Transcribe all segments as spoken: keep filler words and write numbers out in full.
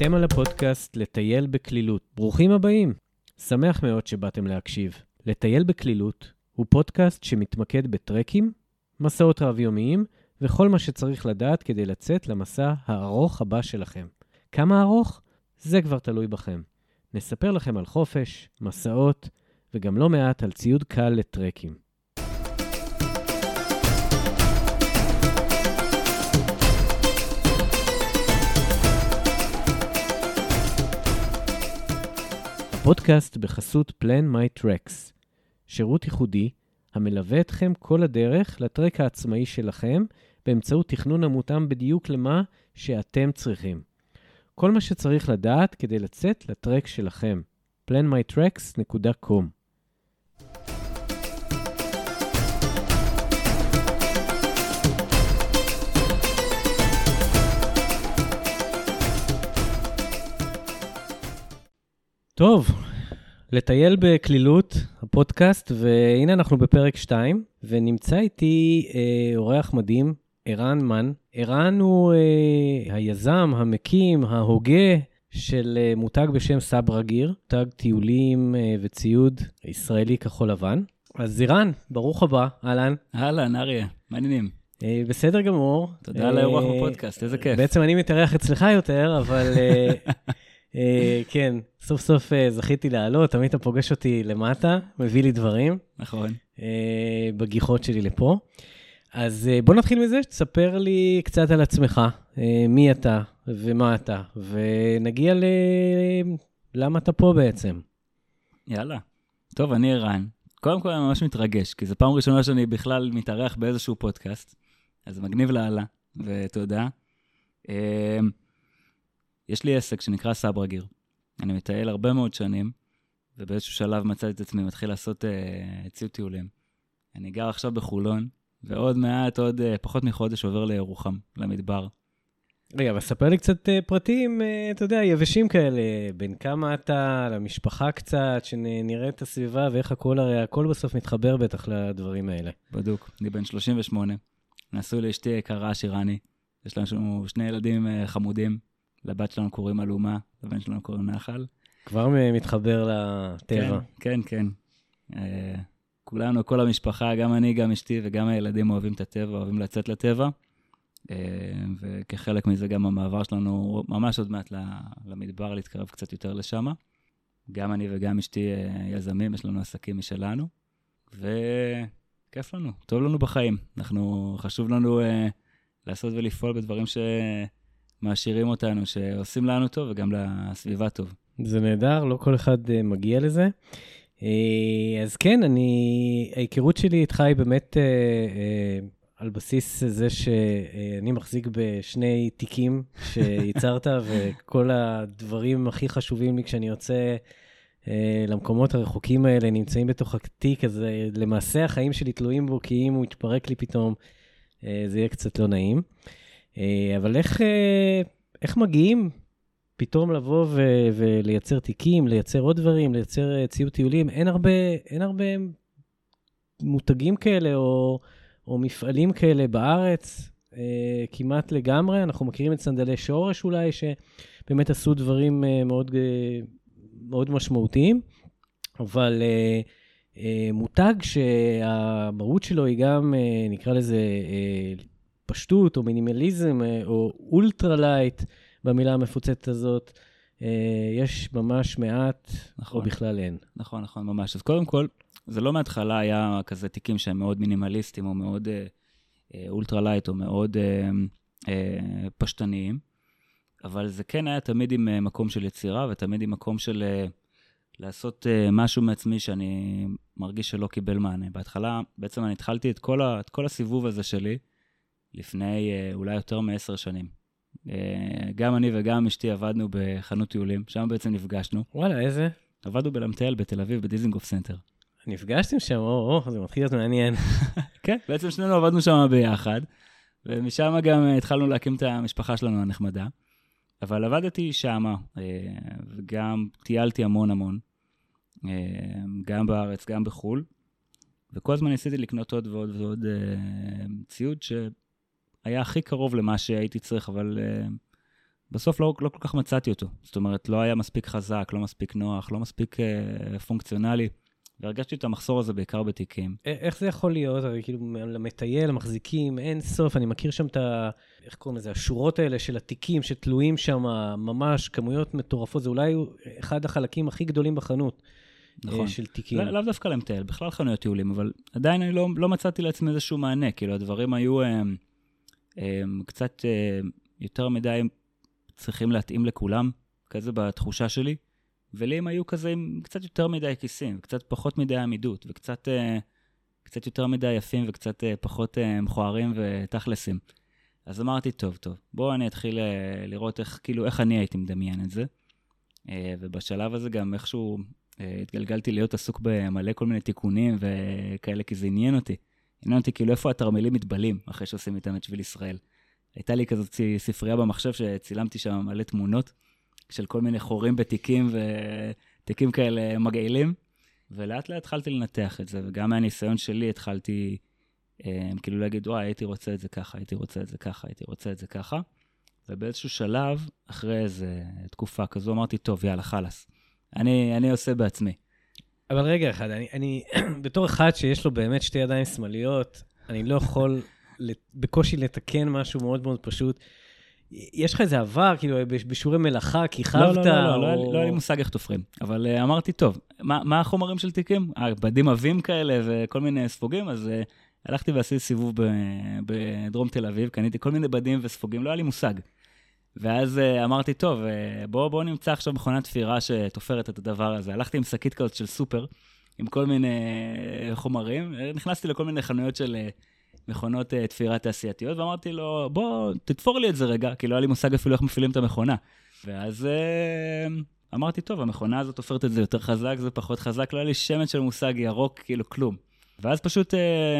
אתם על הפודקאסט לטייל בכלילות. ברוכים הבאים. שמח מאוד שבאתם להקשיב. לטייל בכלילות הוא פודקאסט שמתמקד בטרקים, מסעות רב-יומיים וכל מה שצריך לדעת כדי לצאת למסע הארוך הבא שלכם. כמה ארוך? זה כבר תלוי בכם. נספר לכם על חופש, מסעות וגם לא מעט על ציוד קל לטרקים. הפודקאסט בחסות Plan My Treks, שירות ייחודי המלווה אתכם כל הדרך לטרק העצמאי שלכם באמצעות תכנון המותאם בדיוק למה שאתם צריכים. כל מה שצריך לדעת כדי לצאת לטרק שלכם. plan my treks דוט קום. טוב, לטייל בכלילות, הפודקאסט, והנה אנחנו בפרק שתיים, ונמצא איתי אה, אורח מדהים, ערן מן. ערן הוא אה, היזם, המקים, ההוגה של אה, מותג בשם סברה גיר, מותג טיולים אה, וציוד ישראלי כחול לבן. אז ערן, ברוך הבא, אהלן. אהלן, אריה, מעניינים. אה, בסדר גמור. תודה על האירוח בפודקאסט, איזה כיף. בעצם אני מתארח אצלך יותר, אבל... אה, Uh, כן, סוף סוף uh, זכיתי לעלות, תמיד אתה פוגש אותי למטה, מביא לי דברים. נכון. Uh, בגיחות שלי לפה. אז uh, בוא נתחיל מזה, שתספר לי קצת על עצמך, uh, מי אתה ומה אתה, ונגיע ל... למה אתה פה בעצם. יאללה. טוב, אני ערן. קודם כל אני ממש מתרגש, כי זו פעם ראשונה שאני בכלל מתארח באיזשהו פודקאסט, אז מגניב לעלה, ותודה. Uh, יש לי עסק שנקרא סברה גיר. אני מטייל הרבה מאוד שנים, ובאיזשהו שלב מצאתי את עצמי, מתחיל לעשות uh, ציוד טיולים. אני גר עכשיו בחולון, ועוד מעט, עוד uh, פחות מחודש עובר לירוחם, למדבר. רגע, אבל ספר לי קצת uh, פרטים, uh, אתה יודע, יבשים כאלה, בין כמה אתה, למשפחה קצת, שנראה את הסביבה, ואיך הכל, הרי הכל בסוף מתחבר בטח לדברים האלה. בדוק, אני בן שלושים ושמונה, נשוי לאשתי יקרה שירני, יש לנו שני ילדים uh, חמודים, לבת שלנו קוראים אלומה, לבן שלנו קוראים נחל. כבר מתחבר לטבע. כן, כן, כן. כולנו, כל המשפחה, גם אני, גם אשתי וגם הילדים אוהבים את הטבע, אוהבים לצאת לטבע. וכחלק מזה גם המעבר שלנו ממש עוד מעט למדבר, להתקרב קצת יותר לשם. גם אני וגם אשתי יזמים, יש לנו עסקים משלנו. וכיף לנו, טוב לנו בחיים. אנחנו, חשוב לנו לעשות ולפעול בדברים ש... מעשירים אותנו, שעושים לנו טוב וגם לסביבה טוב. זה נהדר, לא כל אחד uh, מגיע לזה. Uh, אז כן, אני, ההיכרות שלי איתך היא באמת uh, uh, על בסיס זה שאני מחזיק בשני תיקים שייצרת, וכל הדברים הכי חשובים לי כשאני יוצא uh, למקומות הרחוקים האלה נמצאים בתוך התיק, אז uh, למעשה החיים שלי תלויים בו, כי אם הוא יתפרק לי פתאום, uh, זה יהיה קצת לא נעים. אבל איך, איך מגיעים פתאום לבוא ו- ולייצר תיקים, לייצר עוד דברים, לייצר ציוד טיולים? אין הרבה, אין הרבה מותגים כאלה או, או מפעלים כאלה בארץ, כמעט לגמרי. אנחנו מכירים את סנדלי שורש אולי, שבאמת עשו דברים מאוד, מאוד משמעותיים, אבל מותג שהמהות שלו היא גם, נקרא לזה, פשטות או מינימליזם או אולטרה לייט במילה המפוצצת הזאת, יש ממש מעט, נכון, או בכלל אין. נכון, נכון, ממש. אז קודם כל, זה לא מההתחלה היה כזה תיקים שהם מאוד מינימליסטיים או מאוד אולטרה לייט או מאוד אה, אה, פשטניים, אבל זה כן היה תמיד עם מקום של יצירה ותמיד עם מקום של אה, לעשות אה, משהו מעצמי שאני מרגיש שלא קיבל מענה. בהתחלה בעצם אני התחלתי את כל, ה, את כל הסיבוב הזה שלי, לפני אולי יותר מעשר שנים. גם אני וגם אשתי עבדנו בחנות טיולים, שם בעצם נפגשנו. וואלה, איזה? עבדנו בלמטייל בתל אביב, בדיזינגוף סנטר. נפגשתם שם? או, או, זה מתחיל להיות מעניין. כן, בעצם שנינו עבדנו שם ביחד, ומשם גם התחלנו להקים את המשפחה שלנו הנחמדה. אבל עבדתי שם, וגם טיילתי המון המון, גם בארץ, גם בחול, וכל הזמן ניסיתי לקנות עוד ועוד ועוד ציוד ש... היה הכי קרוב למה שהייתי צריך, אבל uh, בסוף לא, לא כל כך מצאתי אותו. זאת אומרת, לא היה מספיק חזק, לא מספיק נוח, לא מספיק אה, פונקציונלי, והרגשתי את המחסור הזה בעיקר בתיקים. איך זה יכול להיות? הרי כאילו, למטייל, למחזיקים, אין סוף, אני מכיר שם את ה... איך קוראים לזה? השורות האלה של התיקים שתלויים שם ממש כמויות מטורפות, זה אולי אחד החלקים הכי גדולים בחנות. נכון. של תיקים. לא, לאו דווקא למטייל, בכלל חנויות טיולים, אבל עדיין אני לא, לא מצאתי לעצמי איזשהו מענה, כאילו הדברים היו הם, הם, קצת יותר מדי צריכים להתאים לכולם, כזה בתחושה שלי, ולי הם היו כזה עם קצת יותר מדי כיסים, קצת פחות מדי עמידות, וקצת קצת יותר מדי יפים, וקצת פחות מכוערים ותכלסים. אז אמרתי, טוב, טוב, בואו אני אתחיל לראות איך, כאילו, איך אני הייתי מדמיין את זה, ובשלב הזה גם איכשהו התגלגלתי להיות עסוק במלא כל מיני תיקונים וכאלה, כי זה עניין אותי. עניין אותי כאילו איפה התרמילים מתבלים אחרי שעושים איתם את שביל ישראל. הייתה לי כזאת ספרייה במחשב שצילמתי שם מלא תמונות של כל מיני חורים בתיקים ותיקים כאלה מגעילים, ולאט לאט התחלתי לנתח את זה, וגם מהניסיון שלי התחלתי כאילו להגיד, וואי, הייתי רוצה את זה ככה, הייתי רוצה את זה ככה, הייתי רוצה את זה ככה, ובאיזשהו שלב, אחרי איזה תקופה כזו, אמרתי, טוב, יאללה, חלס. אני, אני עושה בעצמי. אבל רגע אחד, אני, אני, בתור אחד שיש לו באמת שתי ידיים שמאליות, אני לא יכול בקושי לתקן משהו מאוד מאוד פשוט. יש לך איזה עבר, כאילו, בשיעורי מלאכה, כיכבת? לא, לא, לא, לא, לא, לא היה לי מושג איך תופרים. אבל uh, אמרתי, טוב, מה, מה החומרים של תיקים? אה, בדים עבים כאלה וכל מיני ספוגים, אז uh, הלכתי ועשיתי סיבוב ב, בדרום תל אביב, קניתי כל מיני בדים וספוגים, לא היה לי מושג. ואז uh, אמרתי, טוב, uh, בואו בוא נמצא עכשיו מכונת תפירה שתופרת את הדבר הזה. הלכתי עם שקית כזאת של סופר, עם כל מיני uh, חומרים, נכנסתי לכל מיני חנויות של uh, מכונות uh, תפירה תעשייתיות, ואמרתי לו, בוא, תתפור לי את זה רגע, כי לא היה לי מושג אפילו איך מפעילים את המכונה. ואז uh, אמרתי, טוב, המכונה הזאת תופרת את זה יותר חזק, זה פחות חזק, לא היה לי שמץ של מושג ירוק, כאילו כלום. ואז פשוט... Uh,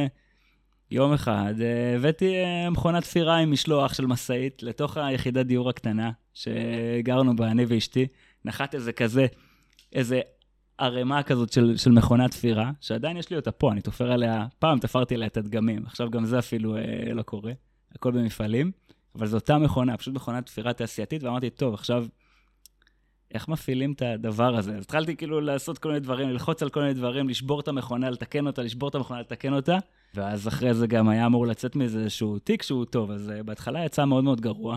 יום אחד הבאתי מכונת תפירה עם משלוח של מסעית לתוך היחידת דיור הקטנה שגרנו בה, אני ואשתי. נחת איזה כזה, איזה ערימה כזאת של, של מכונת תפירה, שעדיין יש לי אותה פה, אני תופר עליה, פעם תפרתי עליה את הדגמים, עכשיו גם זה אפילו אה, לא קורה, הכל במפעלים, אבל זו אותה מכונה, פשוט מכונת תפירה תעשייתית, ואמרתי, טוב, עכשיו, איך מפעילים את הדבר הזה? אז התחלתי כאילו לעשות כל מיני דברים, ללחוץ על כל מיני דברים, לשבור את המכונה, לתקן אותה, לשבור את המכונה, לתקן אותה, ואז אחרי זה גם היה אמור לצאת מזה איזשהו תיק שהוא טוב, אז בהתחלה יצא מאוד מאוד גרוע,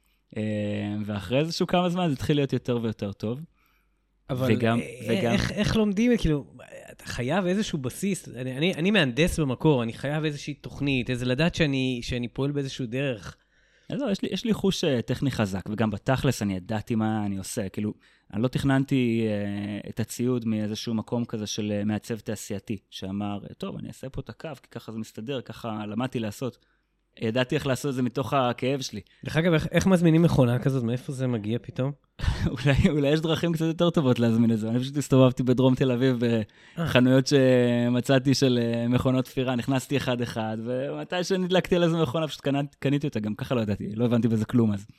ואחרי איזשהו כמה זמן זה התחיל להיות יותר ויותר טוב. אבל וגם, וגם... איך, איך לומדים, כאילו, אתה חייב איזשהו בסיס, אני, אני, אני מהנדס במקור, אני חייב איזושהי תוכנית, איזה לדעת שאני, שאני פועל באיזשהו דרך. אז לא, יש לי, יש לי חוש טכני חזק, וגם בתכלס אני ידעתי מה אני עושה, כאילו, אני לא תכננתי uh, את הציוד מאיזשהו מקום כזה של מעצב תעשייתי, שאמר, טוב, אני אעשה פה את הקו, כי ככה זה מסתדר, ככה למדתי לעשות. ידעתי איך לעשות את זה מתוך הכאב שלי. דרך אגב, איך, איך מזמינים מכונה כזאת? מאיפה זה מגיע פתאום? אולי, אולי יש דרכים קצת יותר טובות להזמין את זה. אני פשוט הסתובבתי בדרום תל אביב בחנויות שמצאתי של מכונות תפירה, נכנסתי אחד-אחד, ומתי שנדלקתי על איזה מכונה, פשוט קניתי אותה, גם ככה לא ידעתי, לא הבנתי בזה כלום אז.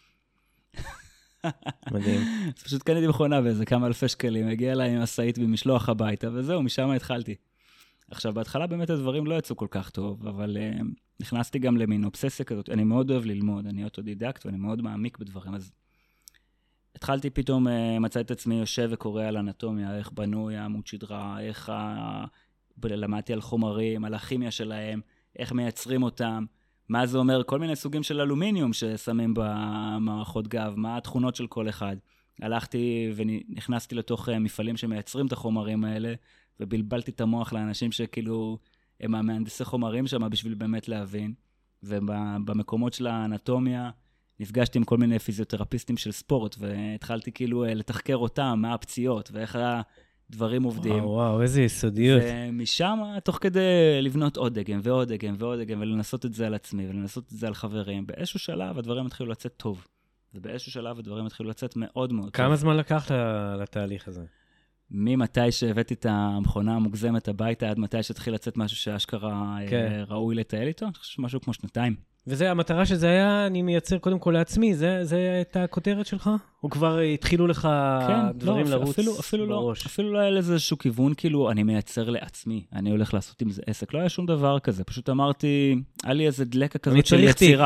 מדהים. אז פשוט קניתי מכונה באיזה כמה אלפי שקלים, הגיע אליי עם מסעית במשלוח הביתה, וזהו, משם התחלתי. עכשיו, בהתחלה באמת הדברים לא יצאו כל כך טוב, אבל uh, נכנסתי גם למין אובססיה כזאת. אני מאוד אוהב ללמוד, אני אוטודידקט, ואני מאוד מעמיק בדברים. אז התחלתי פתאום, uh, מצא את עצמי יושב וקורא על אנטומיה, איך בנוי העמוד שדרה, איך ה... למדתי על חומרים, על הכימיה שלהם, איך מייצרים אותם, מה זה אומר, כל מיני סוגים של אלומיניום ששמים במערכות גב, מה התכונות של כל אחד. הלכתי ונכנסתי לתוך מפעלים שמייצרים את החומרים האלה, ובלבלתי את המוח לאנשים שכאילו הם המהנדסי חומרים שם בשביל באמת להבין. ובמקומות של האנטומיה נפגשתי עם כל מיני פיזיותרפיסטים של ספורט, והתחלתי כאילו לתחקר אותם, מה הפציעות ואיך הדברים עובדים. וואו, וואו, איזה יסודיות. ומשם, תוך כדי לבנות עוד דגם ועוד דגם ועוד דגם, ולנסות את זה על עצמי, ולנסות את זה על חברים, באיזשהו שלב הדברים התחילו לצאת טוב. ובאיזשהו שלב הדברים התחילו לצאת מאוד מאוד טוב. כמה זמן לקח לתהליך הזה? ממתי שהבאתי את המכונה המוגזמת הביתה, עד מתי שהתחיל לצאת משהו שאשכרה כן. ראוי לטייל איתו, אני חושב משהו כמו שנתיים. וזה המטרה שזה היה, אני מייצר קודם כל לעצמי, זה, זה הייתה הכותרת שלך? או כבר התחילו לך כן, דברים לא, לרוץ אפילו, אפילו בראש? לא, אפילו לא היה לזה איזשהו כיוון, כאילו אני מייצר לעצמי, אני הולך לעשות עם זה עסק, לא היה שום דבר כזה, פשוט אמרתי, היה לי איזה דלקה כזאת של יצירה.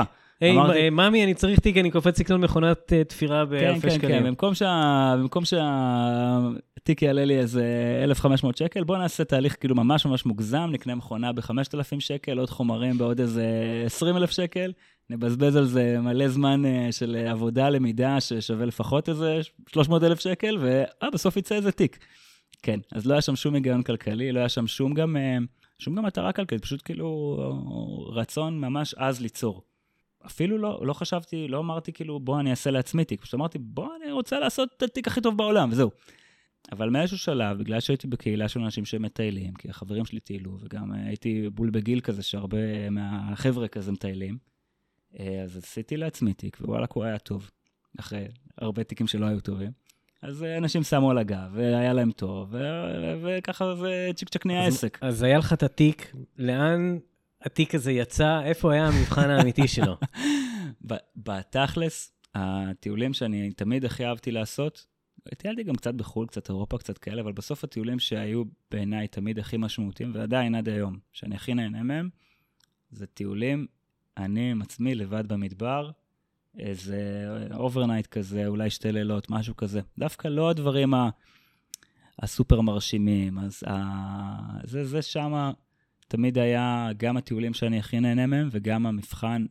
היי, ממי, אני צריך תיק, אני קופץ לקנות מכונת תפירה באלפי שקלים. כן, כן, כן, במקום שהתיק יעלה לי איזה אלף וחמש מאות שקל, בוא נעשה תהליך כאילו ממש ממש מוגזם, נקנה מכונה ב-חמשת אלפים שקל, עוד חומרים בעוד איזה עשרים אלף שקל, נבזבז על זה מלא זמן של עבודה, למידה, ששווה לפחות איזה שלוש מאות אלף שקל, ובסוף יצא איזה תיק. כן, אז לא היה שם שום היגיון כלכלי, לא היה שם שום גם, שום גם מטרה כלכלית, פשוט כאילו רצון ממש אז ליצור. אפילו לא, לא חשבתי, לא אמרתי כאילו, בוא אני אעשה לעצמי תיק, פשוט אמרתי, בוא אני רוצה לעשות את התיק הכי טוב בעולם, וזהו. אבל מאיזשהו שלב, בגלל שהייתי בקהילה של אנשים שמטיילים, כי החברים שלי טיילו, וגם הייתי בול בגיל כזה, שהרבה מהחבר'ה כזה מטיילים, אז עשיתי לעצמי תיק, ווואלה, הוא היה טוב, אחרי הרבה תיקים שלא היו טובים. אז אנשים שמו על הגב, והיה להם טוב, וככה זה צ'יק צ'ק נהיה עסק. אז היה לך את התיק, לאן התיק הזה יצא? איפה היה המבחן האמיתי שלו? בתכלס, הטיולים שאני תמיד הכי אהבתי לעשות, טיילתי גם קצת בחול, קצת אירופה, קצת כאלה, אבל בסוף הטיולים שהיו בעיניי תמיד הכי משמעותיים, ועדיין עד היום, שאני הכי נהנה מהם, זה טיולים, אני עם עצמי לבד במדבר, איזה אוברנייט כזה, אולי שתי לילות, משהו כזה. דווקא לא הדברים הסופר מרשימים, אז זה, זה שמה תמיד היה גם הטיולים שאני הכי נהנה מהם, וגם המבחן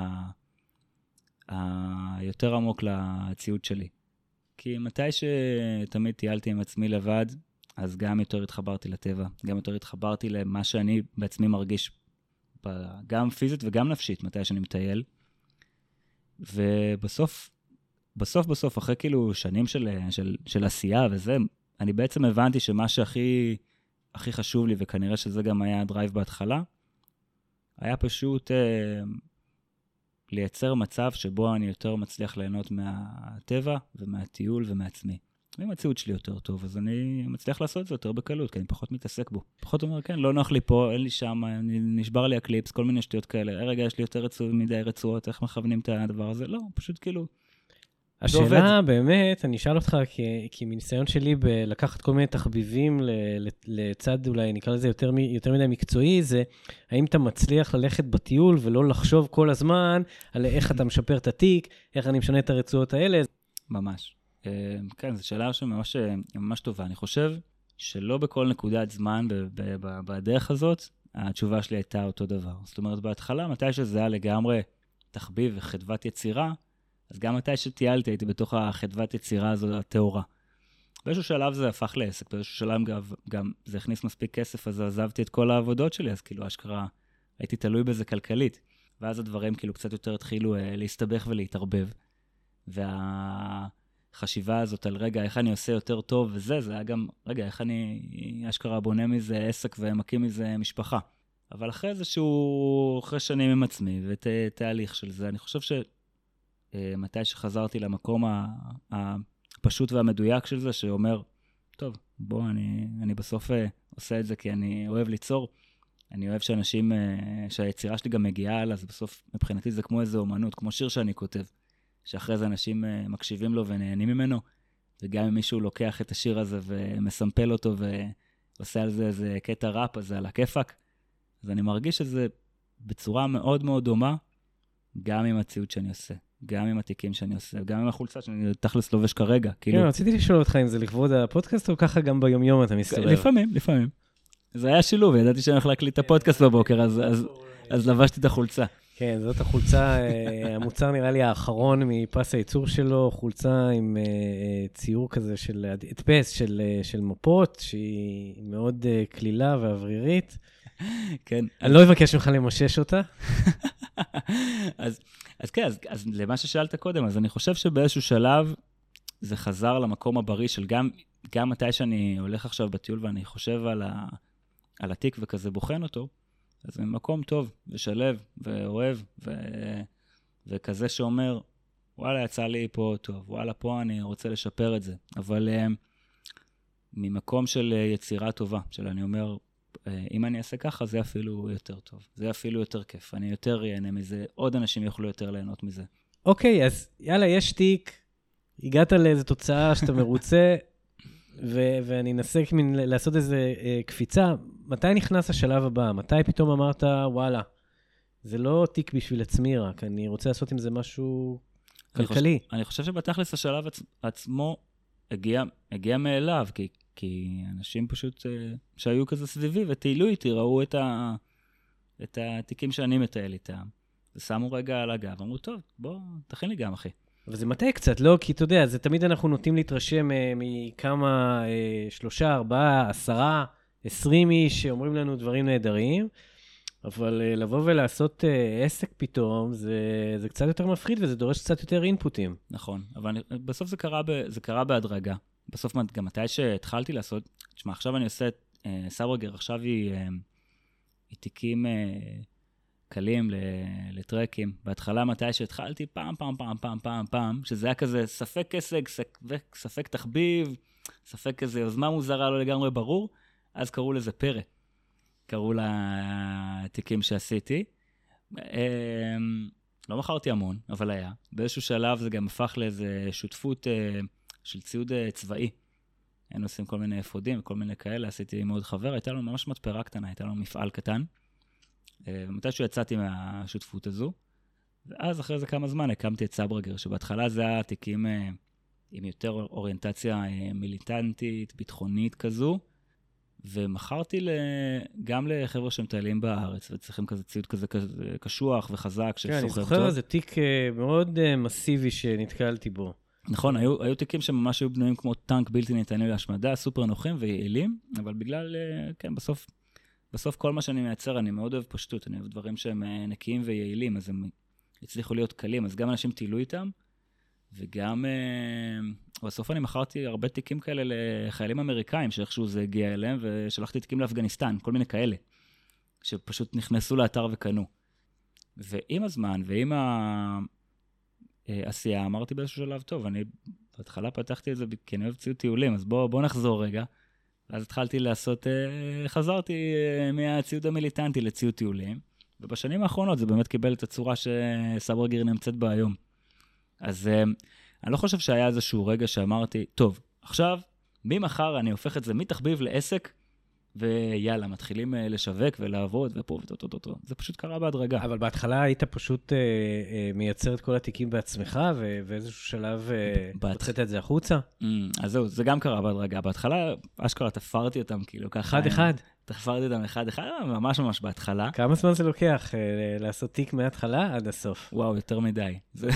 היותר עמוק לציוד שלי. כי מתי שתמיד טיילתי עם עצמי לבד, אז גם יותר התחברתי לטבע, גם יותר התחברתי למה שאני בעצמי מרגיש, גם פיזית וגם נפשית, מתי שאני מטייל. ובסוף, בסוף בסוף, אחרי כאילו שנים של, של, של עשייה וזה, אני בעצם הבנתי שמה שהכי הכי חשוב לי, וכנראה שזה גם היה הדרייב בהתחלה, היה פשוט אה, לייצר מצב שבו אני יותר מצליח ליהנות מהטבע ומהטיול ומעצמי. אם הציוד שלי יותר טוב, אז אני מצליח לעשות את זה יותר בקלות, כי אני פחות מתעסק בו. פחות אומר, כן, לא נוח לי פה, אין לי שם, נשבר לי הקליפס, כל מיני שטויות כאלה. רגע, יש לי יותר רצוע, מדי רצועות, איך מכוונים את הדבר הזה? לא, פשוט כאילו, השאלה באמת, אני אשאל אותך, כי, כי מניסיון שלי בלקחת כל מיני תחביבים לצד, אולי נקרא לזה יותר, יותר מדי מקצועי, זה האם אתה מצליח ללכת בטיול ולא לחשוב כל הזמן על איך אתה משפר את התיק, איך אני משנה את הרצועות האלה. ממש. כן, זו שאלה שממש ממש טובה. אני חושב שלא בכל נקודת זמן בדרך הזאת, התשובה שלי הייתה אותו דבר. זאת אומרת, בהתחלה, מתי שזה היה לגמרי תחביב וחדוות יצירה, אז גם מתי שטיילתי הייתי בתוך החדוות יצירה הזו, התאורה. באיזשהו שלב זה הפך לעסק, באיזשהו שלב גם, גם זה הכניס מספיק כסף, אז עזבתי את כל העבודות שלי, אז כאילו אשכרה הייתי תלוי בזה כלכלית. ואז הדברים כאילו קצת יותר התחילו אה, להסתבך ולהתערבב. והחשיבה הזאת על רגע, איך אני עושה יותר טוב וזה, זה היה גם, רגע, איך אני אשכרה בונה מזה עסק ומקים מזה משפחה. אבל אחרי איזשהו, אחרי שנים עם עצמי ותהליך של זה, אני חושב ש... מתי שחזרתי למקום הפשוט והמדויק של זה, שאומר, טוב, בוא, אני, אני בסוף עושה את זה כי אני אוהב ליצור, אני אוהב שאנשים, שהיצירה שלי גם מגיעה הלאה, אז בסוף מבחינתי זה כמו איזו אומנות, כמו שיר שאני כותב, שאחרי זה אנשים מקשיבים לו ונהנים ממנו, וגם אם מישהו לוקח את השיר הזה ומסמפל אותו ועושה על זה איזה קטע ראפ הזה על הכיפק, אז אני מרגיש שזה בצורה מאוד מאוד דומה, גם עם הציוד שאני עושה. גם עם התיקים שאני עושה, גם עם החולצה שאני תכלס לובש כרגע. כן, רציתי לשאול אותך אם זה לכבוד הפודקאסט, או ככה גם ביום-יום אתה מסתובב? לפעמים, לפעמים. זה היה שילוב, ידעתי שאני הולך להקליט את הפודקאסט בבוקר, אז לבשתי את החולצה. כן, זאת החולצה, המוצר נראה לי האחרון מפס הייצור שלו, חולצה עם ציור כזה של הדפס של מפות, שהיא מאוד כלילה ואוורירית. כן. אני לא אבקש ממך למשש אותה. אז... אז כן, אז, אז למה ששאלת קודם, אז אני חושב שבאיזשהו שלב זה חזר למקום הבריא של גם, גם מתי שאני הולך עכשיו בטיול ואני חושב על, ה, על התיק וכזה בוחן אותו, אז זה מקום טוב ושלב ואוהב ו, וכזה שאומר, וואלה, יצא לי פה טוב, וואלה, פה אני רוצה לשפר את זה. אבל ממקום של יצירה טובה, של אני אומר, אם אני אעשה ככה, זה אפילו יותר טוב. זה אפילו יותר כיף. אני יותר יענה מזה. עוד אנשים יוכלו יותר ליהנות מזה. אוקיי, אז יאללה, יש תיק. הגעת לאיזו תוצאה שאתה מרוצה, ו- ואני אנסה לעשות איזו קפיצה. מתי נכנס השלב הבא? מתי פתאום אמרת, וואלה, זה לא תיק בשביל עצמי רק, אני רוצה לעשות עם זה משהו כלכלי. אני חושב, אני חושב שבתכלס השלב עצ, עצמו הגיע, הגיע מאליו, כי, כי אנשים פשוט שהיו כזה סביבי וטיילו איתי, ראו את, ה, את התיקים שאני מטייל איתם, ושמו רגע על הגב, אמרו, טוב, בוא, תכין לי גם, אחי. אבל זה מטעה קצת, לא? כי אתה יודע, זה תמיד אנחנו נוטים להתרשם מכמה, שלושה, ארבעה, עשרה, עשרים איש שאומרים לנו דברים נהדרים, אבל לבוא ולעשות עסק פתאום, זה, זה קצת יותר מפחיד, וזה דורש קצת יותר אינפוטים. נכון, אבל אני, בסוף זה קרה, ב, זה קרה בהדרגה. בסוף גם מתי שהתחלתי לעשות, תשמע, עכשיו אני עושה, אה, סברגר, עכשיו היא, אה, היא תיקים אה, קלים לטרקים. בהתחלה מתי שהתחלתי, פעם, פעם, פעם, פעם, פעם, פעם, שזה היה כזה ספק כסג, ספק, ספק תחביב, ספק כזה יוזמה מוזרה, לא לגמרי ברור, אז קראו לזה פרא. קראו לתיקים שעשיתי. לא מכרתי המון, אבל היה. באיזשהו שלב זה גם הפך לאיזו שותפות של ציוד צבאי. היינו עושים כל מיני אפודים, כל מיני כאלה, עשיתי מאוד חבר, הייתה לנו ממש מתפרה קטנה, הייתה לנו מפעל קטן. ומתישהו יצאתי מהשותפות הזו, ואז אחרי זה כמה זמן הקמתי את סברגר, שבהתחלה זה היה תיקים עם יותר אוריינטציה מיליטנטית, ביטחונית כזו, ומכרתי גם לחבר'ה שמטיילים בארץ, וצריכים כזה ציוד כזה קשוח וחזק שסוחר טוב. כן, אני זוכר, זה תיק מאוד מסיבי שנתקלתי בו. נכון, היו, היו תיקים שממש היו בנויים כמו טנק בלתי ניתנים להשמדה, סופר נוחים ויעילים, אבל בגלל, כן, בסוף, בסוף כל מה שאני מייצר, אני מאוד אוהב פשטות, אני אוהב דברים שהם נקיים ויעילים, אז הם הצליחו להיות קלים, אז גם אנשים טיילו איתם, וגם בסוף אני מכרתי הרבה תיקים כאלה לחיילים אמריקאים, שאיכשהו זה הגיע אליהם, ושלחתי תיקים לאפגניסטן, כל מיני כאלה, שפשוט נכנסו לאתר וקנו. ועם הזמן, ועם העשייה, אמרתי באיזשהו שלב, טוב, אני בהתחלה פתחתי את זה, כי אני אוהב ציוד טיולים, אז בוא, בוא נחזור רגע. ואז התחלתי לעשות, חזרתי מהציוד המיליטנטי לציוד טיולים, ובשנים האחרונות זה באמת קיבל את הצורה שסברגר נמצאת בה היום. אז אני לא חושב שהיה איזשהו רגע שאמרתי, טוב, עכשיו, ממחר אני הופך את זה מתחביב לעסק, ויאללה, מתחילים לשווק ולעבוד ופה וטוטוטוטו. זה פשוט קרה בהדרגה. אבל בהתחלה היית פשוט אה, אה, מייצר את כל התיקים בעצמך, ו- ואיזשהו שלב אה, בהתח... הוצאת את זה החוצה? Mm, אז זהו, זה גם קרה בהדרגה. בהתחלה, אשכרה, תפרתי אותם כאילו ככה. אחד-אחד? תפרתי אותם אחד-אחד, ממש ממש בהתחלה. כמה זמן זה לוקח אה, לעשות תיק מההתחלה עד הסוף? וואו, יותר מדי. זה,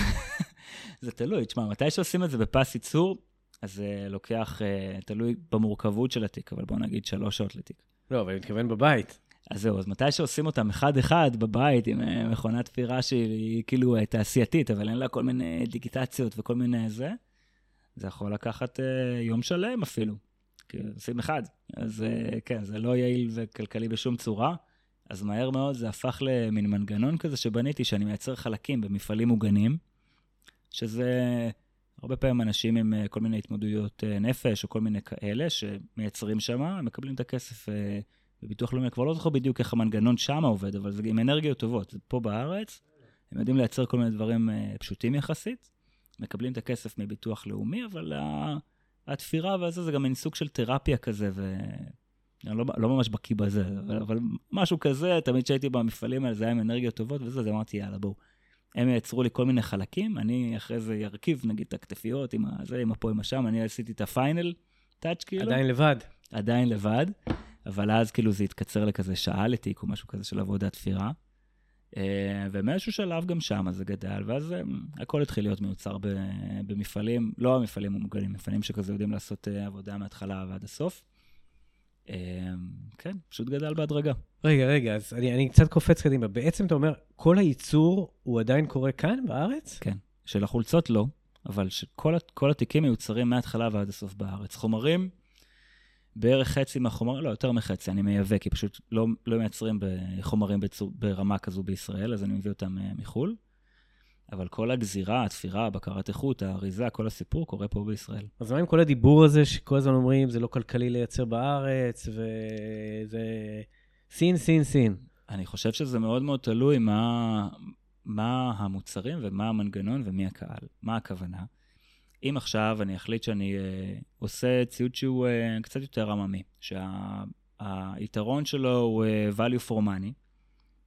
זה תלוי. תשמע, מתי שעושים את זה בפס ייצור, אז זה לוקח, תלוי במורכבות של התיק, אבל בואו נגיד שלוש שעות לתיק. לא, אבל אני מתכוון בבית. אז זהו, אז מתי שעושים אותם אחד-אחד בבית, עם מכונת תפירה שהיא כאילו תעשייתית, אבל אין לה כל מיני דיגיטציות וכל מיני זה, זה יכול לקחת יום שלם אפילו, כי עושים אחד. אז כן, זה לא יעיל וכלכלי בשום צורה, אז מהר מאוד זה הפך למין מנגנון כזה שבניתי, שאני מייצר חלקים במפעלים מוגנים, שזה הרבה פעמים אנשים עם כל מיני התמודדויות נפש, או כל מיני כאלה שמייצרים שם, הם מקבלים את הכסף בביטוח לאומי. כבר לא זוכר בדיוק איך המנגנון שם עובד, אבל זה עם אנרגיות טובות. זה פה בארץ, הם יודעים לייצר כל מיני דברים פשוטים יחסית, מקבלים את הכסף מביטוח לאומי, אבל התפירה והזה זה גם מין סוג של תרפיה כזה, ואני לא, לא ממש בקיא בזה, אבל, אבל משהו כזה, תמיד שהייתי במפעלים האלה, זה היה עם אנרגיות טובות, וזה, אז אמרתי, יאללה, בואו. הם ייצרו לי כל מיני חלקים, אני אחרי זה ירכיב, נגיד, את הכתפיות, עם הזה, עם הפה, עם השם, אני עשיתי את הפיינל טאץ' כאילו. עדיין לבד. עדיין לבד, אבל אז כאילו זה התקצר לכזה שעה לתיק, או משהו כזה של עבודת תפירה, ומאיזשהו שלב גם שם זה גדל, ואז הכל התחיל להיות מיוצר במפעלים, לא המפעלים המוגנים, מפעלים שכזה יודעים לעשות עבודה מההתחלה ועד הסוף. כן, פשוט גדל בהדרגה. רגע, רגע, אז אני, אני קצת קופץ קדימה. בעצם אתה אומר, כל הייצור הוא עדיין קורה כאן, בארץ? כן. של החולצות לא, אבל שכל כל התיקים מיוצרים מההתחלה ועד הסוף בארץ. חומרים, בערך חצי מהחומרים, לא, יותר מחצי, אני מייבא, כי פשוט לא, לא מייצרים בחומרים בצור, ברמה כזו בישראל, אז אני מביא אותם מחול. אבל כל הגזירה, התפירה, בקרת איכות, האריזה, כל הסיפור קורה פה בישראל. אז מה עם כל הדיבור הזה שכל הזמן אומרים, זה לא כלכלי לייצר בארץ, וזה סין, סין, סין? אני חושב שזה מאוד מאוד תלוי מה, מה המוצרים ומה המנגנון ומי הקהל. מה הכוונה? אם עכשיו אני אחליט שאני uh, עושה ציוד שהוא uh, קצת יותר עממי, שהיתרון שלו הוא uh, value for money,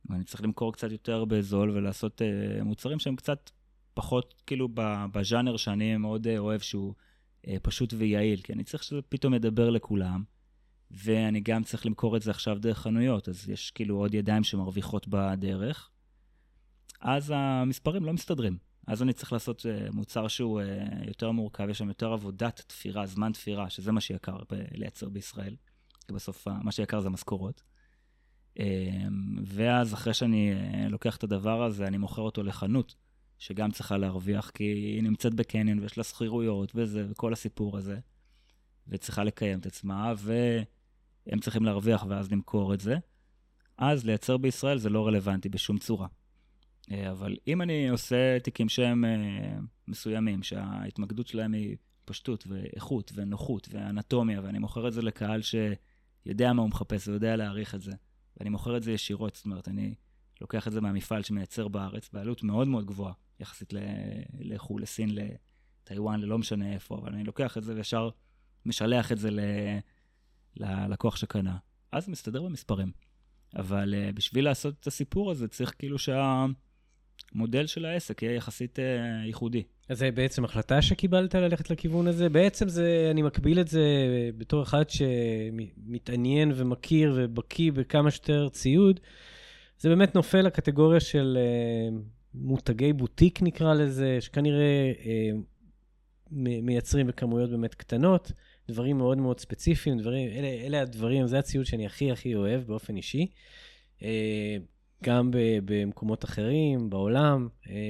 ואני צריך למכור קצת יותר בזול, ולעשות uh, מוצרים שהם קצת פחות, כאילו, בז'אנר שאני מאוד uh, אוהב, שהוא uh, פשוט ויעיל, כי אני צריך שזה פתאום ידבר לכולם, ואני גם צריך למכור את זה עכשיו דרך חנויות, אז יש כאילו עוד ידיים שמרוויחות בדרך, אז המספרים לא מסתדרים. אז אני צריך לעשות uh, מוצר שהוא uh, יותר מורכב, יש שם יותר עבודת תפירה, זמן תפירה, שזה מה שיקר ב- לייצר בישראל, כי בסוף מה שיקר זה משכורות. Uh, ואז אחרי שאני uh, לוקח את הדבר הזה, אני מוכר אותו לחנות, שגם צריכה להרוויח, כי היא נמצאת בקניון ויש לה שכירויות וזה, וכל הסיפור הזה, וצריכה לקיים את עצמה, והם צריכים להרוויח ואז למכור את זה. אז לייצר בישראל זה לא רלוונטי בשום צורה. אבל אם אני עושה תיקים שהם מסוימים, שההתמקדות שלהם היא פשטות ואיכות ונוחות ואנטומיה, ואני מוכר את זה לקהל שיודע מה הוא מחפש ויודע להעריך את זה, ואני מוכר את זה ישירות, זאת אומרת, אני לוקח את זה מהמפעל שמייצר בארץ, בעלות מאוד מאוד גבוהה, יחסית לחול, לסין, לטיואן, ללא משנה איפה, אבל אני לוקח את זה וישר משלח את זה ללקוח שקנה. אז מסתדר במספרים. אבל בשביל לעשות את הסיפור הזה, צריך כאילו שהמודל של העסק יהיה יחסית ייחודי. אז זה בעצם החלטה שקיבלת ללכת לכיוון הזה? בעצם זה, אני מקביל את זה בתור אחד שמתעניין ומכיר ובקיא בכמה שיותר ציוד, זה באמת נופל לקטגוריה של מותגי בוטיק נקרא לזה, שכנראה מייצרים בכמויות באמת קטנות, דברים מאוד מאוד ספציפיים, דברים, אלה, אלה הדברים, זה הציוד שאני הכי הכי אוהב באופן אישי, גם במקומות אחרים, בעולם.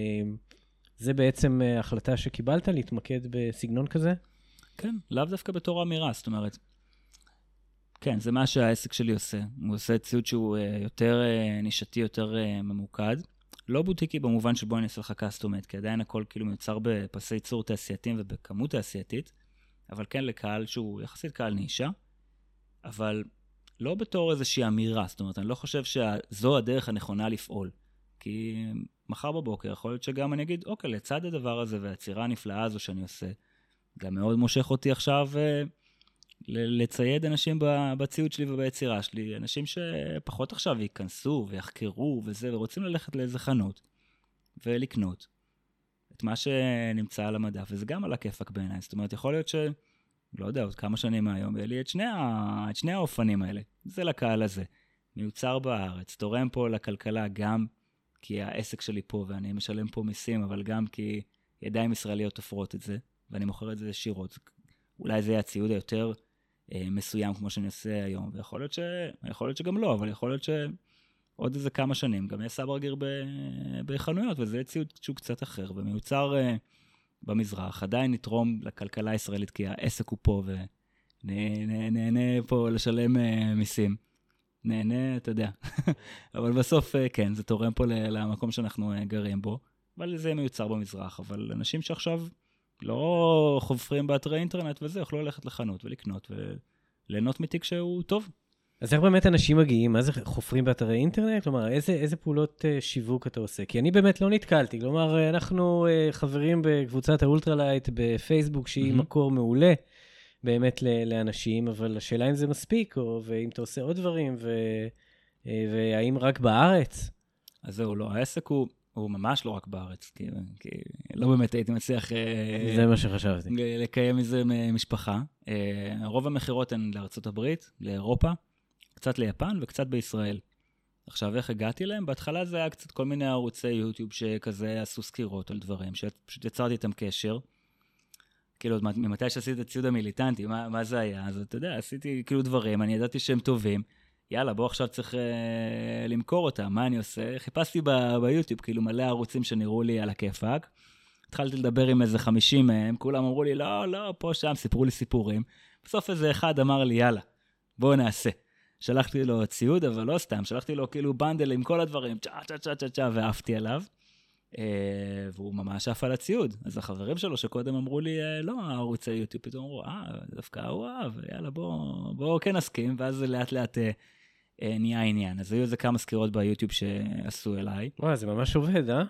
זה בעצם החלטה שקיבלת להתמקד בסגנון כזה? כן, לאו דווקא בתור אמירה, זאת אומרת, כן, זה מה שהעסק שלי עושה. הוא עושה ציוד שהוא יותר נישתי, יותר ממוקד. לא בוטיקי במובן שבו אני אעשה לך קסטומט, כי עדיין הכל כאילו מיוצר בפסי ייצור תעשייתיים ובכמות תעשייתית, אבל כן לקהל שהוא יחסית קהל נישה, אבל לא בתור איזושהי אמירה, זאת אומרת, אני לא חושב שזו הדרך הנכונה לפעול, כי מחר בבוקר יכול להיות שגם אני אגיד, אוקיי, לצד הדבר הזה והצירה הנפלאה הזו שאני עושה, גם מאוד מושך אותי עכשיו לצייד אנשים בציוד שלי וביצירה שלי, אנשים שפחות עכשיו ייכנסו ויחקרו וזה, ורוצים ללכת לאיזה חנות ולקנות את מה שנמצא על המדף, וזה גם על הכיפק בעיניי. זאת אומרת, יכול להיות ש... לא יודע, עוד כמה שנים מהיום, יהיה לי את שני, ה... את שני האופנים האלה. זה לקהל הזה. מיוצר בארץ, תורם פה לכלכלה גם כי העסק שלי פה, ואני משלם פה מיסים, אבל גם כי ידיים ישראליות תופרות את זה, ואני מוכר את זה ישירות. אולי זה יהיה הציוד היותר אה, מסוים כמו שאני עושה היום, ויכול להיות, ש... יכול להיות שגם לא, אבל יכול להיות ש... עוד איזה כמה שנים, גם יש סברגיר בחנויות, וזה יהיה ציוד שהוא קצת אחר, ומיוצר uh, במזרח, עדיין נתרום לכלכלה הישראלית, כי העסק הוא פה, ונהנה פה לשלם uh, מיסים. נהנה, אתה יודע. אבל בסוף, uh, כן, זה תורם פה למקום שאנחנו uh, גרים בו, אבל זה מיוצר במזרח, אבל אנשים שעכשיו לא חופרים באתרי אינטרנט וזה, יוכלו ללכת לחנות ולקנות, וליהנות מתיק שהוא טוב. אז איך באמת אנשים מגיעים? מה זה חופרים באתרי אינטרנט? כלומר, איזה, איזה פעולות uh, שיווק אתה עושה? כי אני באמת לא נתקלתי. כלומר, אנחנו uh, חברים בקבוצת האולטרלייט בפייסבוק, שהיא mm-hmm. מקור מעולה באמת ל- לאנשים, אבל השאלה אם זה מספיק, או ואם אתה עושה עוד דברים, ו- uh, והאם רק בארץ? אז זהו, לא. העסק הוא, הוא ממש לא רק בארץ, כי, כי לא באמת הייתי מצליח... זה מה שחשבתי. לקיים איזה משפחה. Uh, רוב המחירות הן לארצות הברית, לאירופה, קצת ליפן וקצת בישראל. עכשיו, איך הגעתי להם? בהתחלה זה היה קצת כל מיני ערוצי יוטיוב שכזה עשו סקירות על דברים, שפשוט יצרתי איתם קשר. כאילו, ממתי שעשיתי את הציוד המיליטנטי, מה, מה זה היה? אז אתה יודע, עשיתי כאילו דברים, אני ידעתי שהם טובים. יאללה, בוא עכשיו צריך אה, למכור אותם, מה אני עושה? חיפשתי ב- ביוטיוב, כאילו מלא ערוצים שנראו לי על הכיפק. התחלתי לדבר עם איזה חמישים מהם, כולם אמרו לי, לא, לא, פה, שם, סיפרו לי סיפורים. בסוף איזה אחד אמר לי, יאללה, בוא נעשה. שלחתי לו ציוד, אבל לא סתם, שלחתי לו כאילו בנדל עם כל הדברים, צ'ה, צ'ה, צ'ה, צ'ה, צ'ה, ועפתי עליו, והוא ממש עף על הציוד. אז החברים שלו שקודם אמרו לי, לא, הערוצי יוטיוב, פתאום אמרו, אה, דווקא הוא אהב, יאללה, בוא, בוא כן נסכים, ואז לאט לאט נהיה העניין. אז היו איזה כמה סקירות ביוטיוב שעשו אליי. וואי, זה ממש עובד, אה?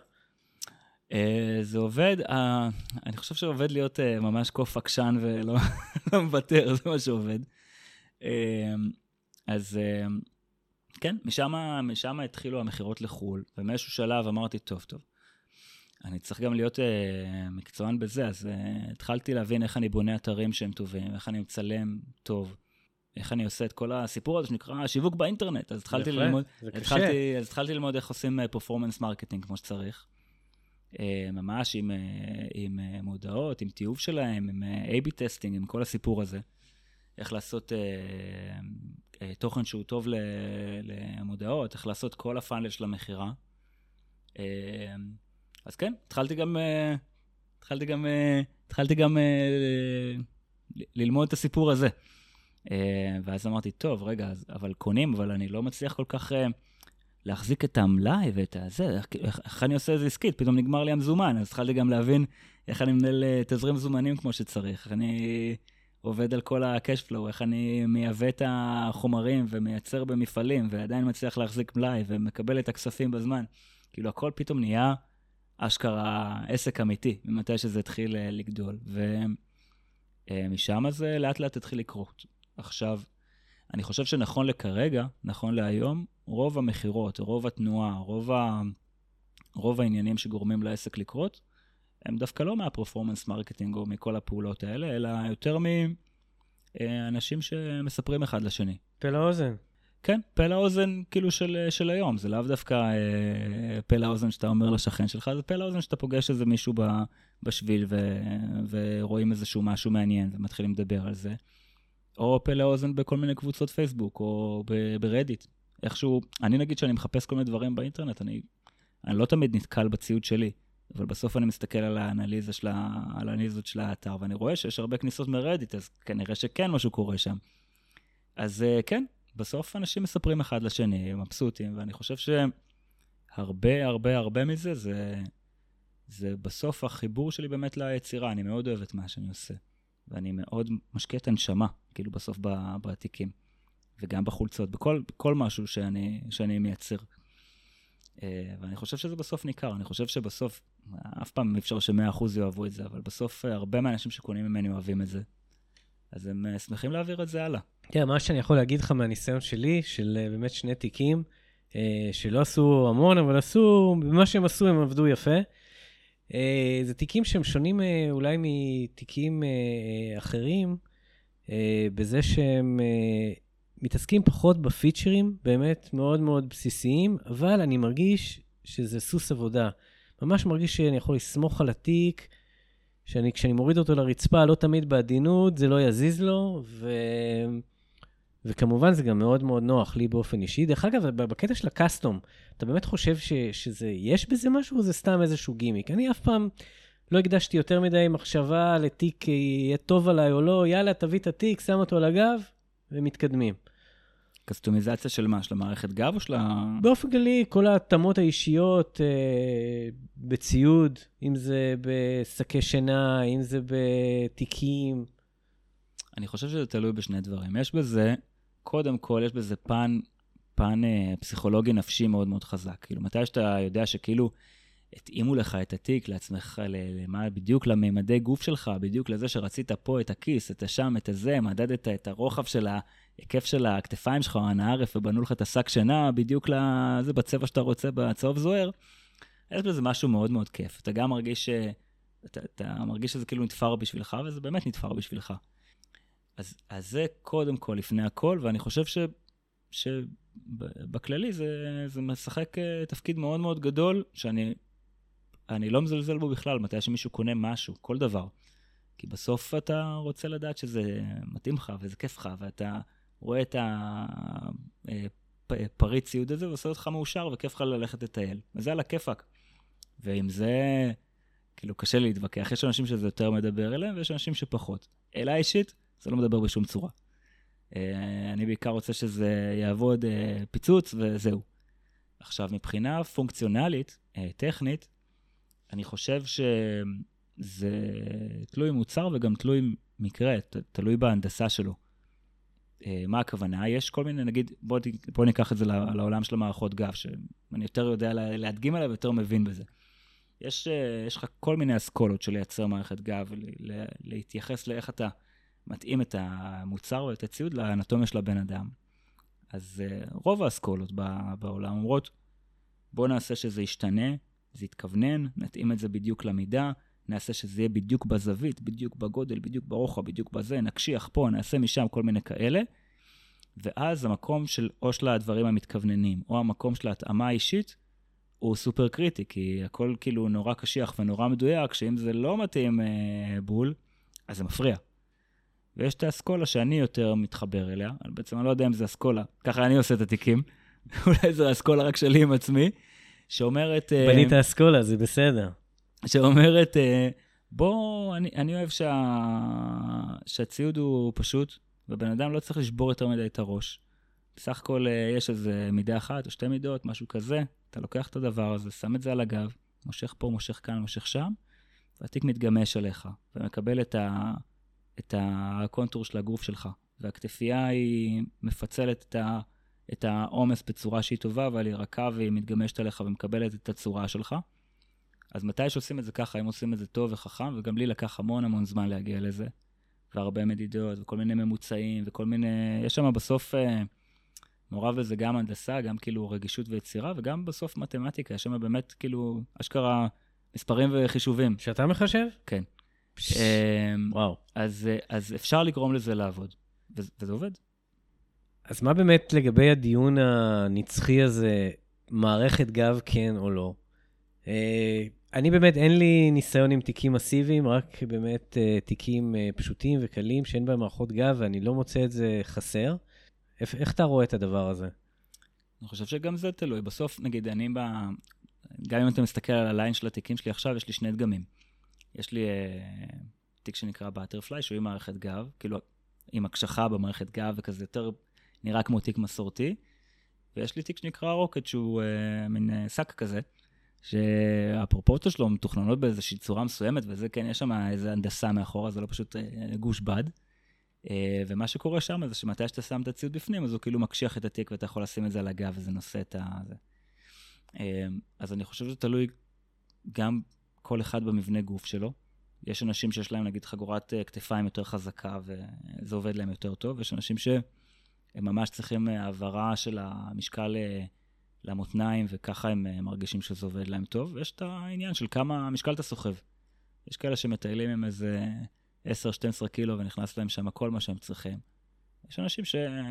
זה עובד, אני חושב שעובד להיות ממש קוף עקשן ולא מוותר, זה מה שעובד. אז כן, משם, משם התחילו המחירות לחול, ומאיזשהו שלב אמרתי, טוב, טוב, אני צריך גם להיות uh, מקצוען בזה, אז uh, התחלתי להבין איך אני בונה אתרים שהם טובים, איך אני מצלם טוב, איך אני עושה את כל הסיפור הזה שנקרא שיווק באינטרנט, אז התחלתי ללמוד, התחלתי, אז התחלתי ללמוד איך עושים פרפורמנס מרקטינג כמו שצריך, uh, ממש עם, uh, עם uh, מודעות, עם תיעוב שלהם, עם איי בי טסטינג, עם כל הסיפור הזה, איך לעשות uh, uh, תוכן שהוא טוב למודעות, איך לעשות כל הפאנל של המחירה, uh, אז כן, התחלתי גם, התחלתי גם, התחלתי גם ללמוד את הסיפור הזה. ואז אמרתי, טוב, רגע, אבל קונים, אבל אני לא מצליח כל כך להחזיק את המלאי ואת הזה, איך אני עושה איזה עסקית, פתאום נגמר לי המזומן, אז התחלתי גם להבין איך אני מנהל תזרים זומנים כמו שצריך, איך אני עובד על כל ה-cash flow, איך אני מייבא את החומרים ומייצר במפעלים, ועדיין מצליח להחזיק מלאי ומקבל את הכספים בזמן. כאילו הכל פתאום נהיה אשכרה עסק אמיתי, ממתי שזה התחיל לגדול, ומשם זה לאט לאט התחיל לקרות. עכשיו, אני חושב שנכון לכרגע, נכון להיום, רוב המחירות, רוב התנועה, רוב, ה... רוב העניינים שגורמים לעסק לקרות, הם דווקא לא מהפרפורמנס מרקטינג או מכל הפעולות האלה, אלא יותר מאנשים שמספרים אחד לשני. פה לאוזן. כן, פה לאוזן כאילו של, של היום, זה לאו דווקא אה, פה לאוזן שאתה אומר לשכן שלך, זה פה לאוזן שאתה פוגש איזה מישהו ב, בשביל ו, ורואים איזשהו משהו מעניין ומתחילים לדבר על זה, או פה לאוזן בכל מיני קבוצות פייסבוק או ב, ברדיט, איכשהו, אני נגיד שאני מחפש כל מיני דברים באינטרנט, אני, אני לא תמיד נתקל בציוד שלי, אבל בסוף אני מסתכל על האנליזה של, על האנליזות של האתר, ואני רואה שיש הרבה כניסות מרדיט, אז כנראה שכן משהו קורה שם. אז כן, בסוף אנשים מספרים אחד לשני, מבסוטים, ואני חושב שהרבה, הרבה, הרבה מזה, זה, זה בסוף החיבור שלי באמת ליצירה. אני מאוד אוהב את מה שאני עושה, ואני מאוד משקיע את הנשמה, כאילו בסוף בעתיקים, וגם בחולצות, בכל, בכל משהו שאני, שאני מייצר. ואני חושב שזה בסוף ניכר, אני חושב שבסוף, אף פעם אפשר ש-מאה אחוז יאהבו את זה, אבל בסוף הרבה מהאנשים שקונים ממני אוהבים את זה. אז הם שמחים להעביר את זה הלאה. כן, מה שאני יכול להגיד לך מהניסיון שלי, של באמת שני תיקים, שלא עשו המון, אבל עשו, במה שהם עשו הם עבדו יפה. זה תיקים שהם שונים אולי מתיקים אחרים, בזה שהם מתעסקים פחות בפיצ'רים, באמת מאוד מאוד בסיסיים, אבל אני מרגיש שזה סוס עבודה. ממש מרגיש שאני יכול לסמוך על התיק, שאני, כשאני מוריד אותו לרצפה, לא תמיד בעדינות, זה לא יזיז לו, ו... וכמובן זה גם מאוד מאוד נוח לי באופן אישי. דרך אגב, בקטע של הקסטום, אתה באמת חושב ש... שזה, יש בזה משהו, או זה סתם איזשהו גימיק? אני אף פעם לא הקדשתי יותר מדי מחשבה לתיק, יהיה טוב עליי או לא, יאללה, תביא את התיק, שם אותו על הגב, ומתקדמים. קסטומיזציה של מה? של המערכת גב או של ה... באופן כללי, כל התאמות האישיות אה, בציוד, אם זה בשקי שינה, אם זה בתיקים. אני חושב שזה תלוי בשני דברים. יש בזה, קודם כל, יש בזה פן, פן אה, פסיכולוגי נפשי מאוד מאוד חזק. כאילו, מתי שאתה יודע שכאילו התאימו לך את התיק לעצמך, למה, בדיוק לממדי גוף שלך, בדיוק לזה שרצית פה את הכיס, את השם, את הזה, מדדת את הרוחב של ההיקף של הכתפיים שלך, או הנערף, ובנו לך את השק שינה, בדיוק לזה, בצבע שאתה רוצה, בצהוב זוהר, יש בזה משהו מאוד מאוד כיף. אתה גם מרגיש, אתה, אתה מרגיש שזה כאילו נתפר בשבילך, וזה באמת נתפר בשבילך. אז, אז זה קודם כל, לפני הכל, ואני חושב ש, שבכללי זה, זה משחק תפקיד מאוד מאוד גדול, שאני אני לא מזלזל בו בכלל, מתי שמישהו קונה משהו, כל דבר. כי בסוף אתה רוצה לדעת שזה מתאים לך, וזה כיף לך, ואתה רואה את הפריט ציוד הזה, ועושה אותך מאושר, וכיף לך ללכת לטייל. וזה על הכיפק. ועם זה, כאילו, קשה להתווכח. יש אנשים שזה יותר מדבר אליהם, ויש אנשים שפחות. אלה אישית, זה לא מדבר בשום צורה. אני בעיקר רוצה שזה יעבוד פיצוץ, וזהו. עכשיו, מבחינה פונקציונלית, טכנית, אני חושב שזה תלוי מוצר וגם תלוי מקרה, תלוי בהנדסה שלו. מה הכוונה? יש כל מיני, נגיד, בוא, בוא ניקח את זה לעולם של המערכות גב, שאני יותר יודע להדגים עליו ויותר מבין בזה. יש, יש לך כל מיני אסכולות של לייצר מערכת גב, להתייחס לאיך אתה מתאים את המוצר או את הציוד לאנטומיה של הבן אדם. אז uh, רוב האסכולות בעולם אומרות, בוא נעשה שזה ישתנה, זה יתכוונן, נתאים את זה בדיוק למידה, נעשה שזה יהיה בדיוק בזווית, בדיוק בגודל, בדיוק ברוחב, בדיוק בזה, נקשיח פה, נעשה משם כל מיני כאלה, ואז המקום של או של הדברים המתכווננים, או המקום של ההתאמה האישית, הוא סופר קריטי, כי הכל כאילו נורא קשיח ונורא מדויק, שאם זה לא מתאים אה, בול, אז זה מפריע. ויש את האסכולה שאני יותר מתחבר אליה, בעצם אני לא יודע אם זה אסכולה, ככה אני עושה את התיקים, אולי זה האסכולה רק שלי עם עצמי, שאומרת... בנית אסכולה, זה בסדר. שאומרת, בוא, אני, אני אוהב שה... שהציוד הוא פשוט, ובן אדם לא צריך לשבור יותר מדי את הראש. בסך הכל יש איזה מידה אחת או שתי מידות, משהו כזה, אתה לוקח את הדבר הזה, שם את זה על הגב, מושך פה, מושך כאן, מושך שם, והתיק מתגמש עליך, ומקבל את, ה... את הקונטור של הגוף שלך, והכתפייה היא מפצלת את ה... את העומס בצורה שהיא טובה, אבל היא רכה והיא מתגמשת עליך ומקבלת את הצורה שלך. אז מתי שעושים את זה ככה, הם עושים את זה טוב וחכם, וגם לי לקח המון המון זמן להגיע לזה, והרבה מדידות, וכל מיני ממוצעים, וכל מיני... יש שם בסוף מעורב בזה גם הנדסה, גם כאילו רגישות ויצירה, וגם בסוף מתמטיקה, יש שם באמת כאילו אשכרה מספרים וחישובים. שאתה מחשב? כן. וואו. אז, אז אפשר לגרום לזה לעבוד, וזה עובד. אז מה באמת לגבי הדיון הנצחי הזה, מערכת גב כן או לא? אני באמת, אין לי ניסיון עם תיקים מסיביים, רק באמת תיקים פשוטים וקלים, שאין בהם מערכות גב, ואני לא מוצא את זה חסר. איך אתה רואה את הדבר הזה? אני חושב שגם זה תלוי. בסוף, נגיד, אני ב... גם אם אתה מסתכל על הליין של התיקים שלי עכשיו, יש לי שני דגמים. יש לי uh, תיק שנקרא Butterfly, שהוא עם מערכת גב, כאילו עם הקשחה במערכת גב, וכזה יותר נראה כמו תיק מסורתי. ויש לי תיק שנקרא רוקט, שהוא uh, מין uh, שק כזה, שהפרופורציות שלו מתוכננות באיזושהי צורה מסוימת, וזה כן, יש שם איזו הנדסה מאחורה, זה לא פשוט uh, גוש בד. Uh, ומה שקורה שם זה שמתי שאתה שם את הציוד בפנים, אז הוא כאילו מקשיח את התיק, ואתה יכול לשים את זה על הגב, וזה נושא את זה. Uh, אז אני חושב שזה תלוי גם כל אחד במבנה גוף שלו. יש אנשים שיש להם, נגיד, חגורת uh, כתפיים יותר חזקה, וזה עובד להם יותר טוב. יש אנשים שהם ממש צריכים העברה של המשקל uh, למותניים, וככה הם uh, מרגישים שזה עובד להם טוב. ויש את העניין של כמה המשקל אתה סוחב. יש כאלה שמטיילים עם איזה עשר שתים עשרה קילו, ונכנס להם שם כל מה שהם צריכים. יש אנשים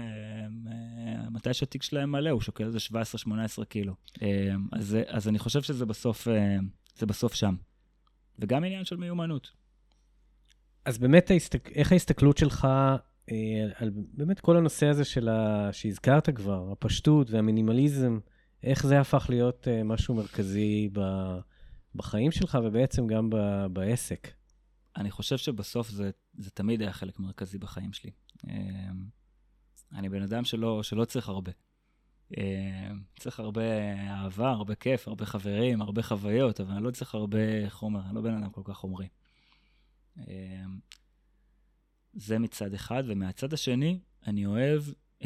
שמתי שהתיק שלהם מלא, הוא שוקל איזה שבע עשרה שמונה עשרה קילו. אז, אז אני חושב שזה בסוף, זה בסוף שם. וגם עניין של מיומנות. אז באמת, איך ההסתכלות שלך על באמת כל הנושא הזה של ה... שהזכרת כבר, הפשטות והמינימליזם, איך זה הפך להיות משהו מרכזי בחיים שלך, ובעצם גם בעסק? אני חושב שבסוף זה, זה תמיד היה חלק מרכזי בחיים שלי. אני בן אדם שלא, שלא צריך הרבה. צריך הרבה אהבה, הרבה כיף, הרבה חברים, הרבה חוויות, אבל אני לא צריך הרבה חומר, אני לא בן אדם כל כך חומרי. זה מצד אחד, ומהצד השני, אני אוהב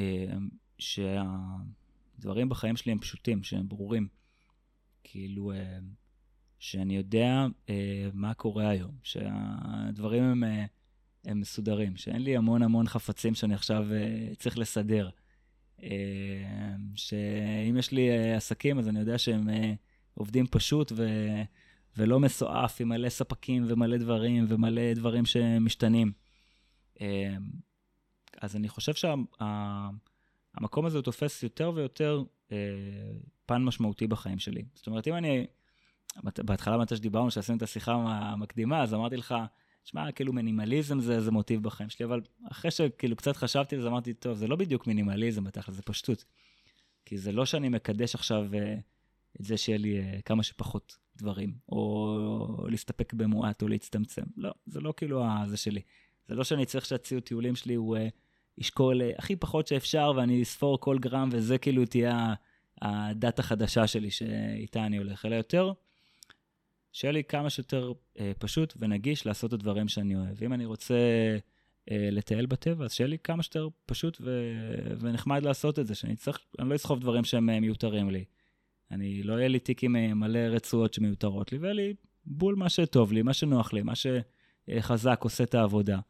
שהדברים בחיים שלי הם פשוטים, שהם ברורים. כאילו... שאני יודע אה, מה קורה היום, שהדברים הם, אה, הם מסודרים, שאין לי המון המון חפצים שאני עכשיו אה, צריך לסדר. אה, שאם יש לי אה, עסקים, אז אני יודע שהם אה, עובדים פשוט ו, ולא מסועף עם מלא ספקים ומלא דברים ומלא דברים שמשתנים. אה, אז אני חושב שהמקום הזה הוא תופס יותר ויותר אה, פן משמעותי בחיים שלי. זאת אומרת, אם אני... בהתחלה מתי שדיברנו, שעשינו את השיחה המקדימה, אז אמרתי לך, תשמע, כאילו מינימליזם זה, זה מוטיב בחיים שלי, אבל אחרי שכאילו קצת חשבתי, אז אמרתי, טוב, זה לא בדיוק מינימליזם, בטח, זה פשטות. כי זה לא שאני מקדש עכשיו את זה שיהיה לי כמה שפחות דברים, או, או להסתפק במועט, או להצטמצם. לא, זה לא כאילו זה שלי. זה לא שאני צריך שהציוד טיולים שלי הוא ישקול הכי פחות שאפשר, ואני אספור כל גרם, וזה כאילו תהיה הדת החדשה שלי שאיתה אני הולך, אלא יותר... שיהיה לי כמה שיותר אה, פשוט ונגיש לעשות את הדברים שאני אוהב. אם אני רוצה אה, לטייל בטבע, אז שיהיה לי כמה שיותר פשוט ו- ונחמד לעשות את זה, שאני צריך, אני לא אסחוב דברים שהם מיותרים לי. אני לא יהיה לי טיקים מלא רצועות שמיותרות לי, ויהיה לי בול מה שטוב לי, מה שנוח לי, מה שחזק עושה את העבודה.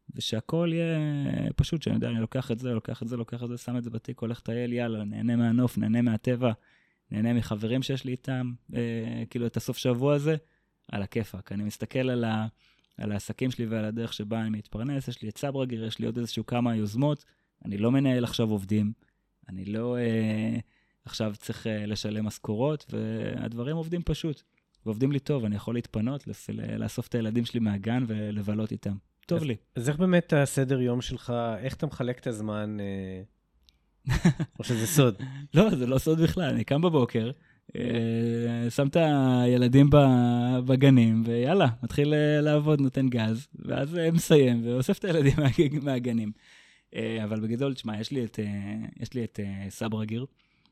ושהכל יהיה פשוט, שאני יודע, אני לוקח את זה, לוקח את זה, לוקח את זה, שם את זה בתיק, הולך טייל, יאללה, נהנה מהנוף, נהנה מהטבע, נהנה מחברים שיש לי איתם, אה, כאילו את הסוף שבוע הזה, על הכיפק. אני מסתכל על, ה, על העסקים שלי ועל הדרך שבה אני מתפרנס, יש לי את סברגר, יש לי עוד איזשהו כמה יוזמות, אני לא מנהל עכשיו עובדים, אני לא אה, עכשיו צריך אה, לשלם משכורות, והדברים עובדים פשוט, ועובדים לי טוב, אני יכול להתפנות, לאסוף את הילדים שלי מהגן ולבלות איתם. טוב אז, לי. אז איך באמת הסדר יום שלך, איך אתה מחלק את הזמן, אה... או שזה סוד? לא, זה לא סוד בכלל, אני קם בבוקר, אה, שם את הילדים בגנים, ויאללה, מתחיל לעבוד, נותן גז, ואז מסיים, ואוסף את הילדים מה, מהגנים. אה, אבל בגדול, תשמע, יש לי את, אה, יש לי את אה, סברגר,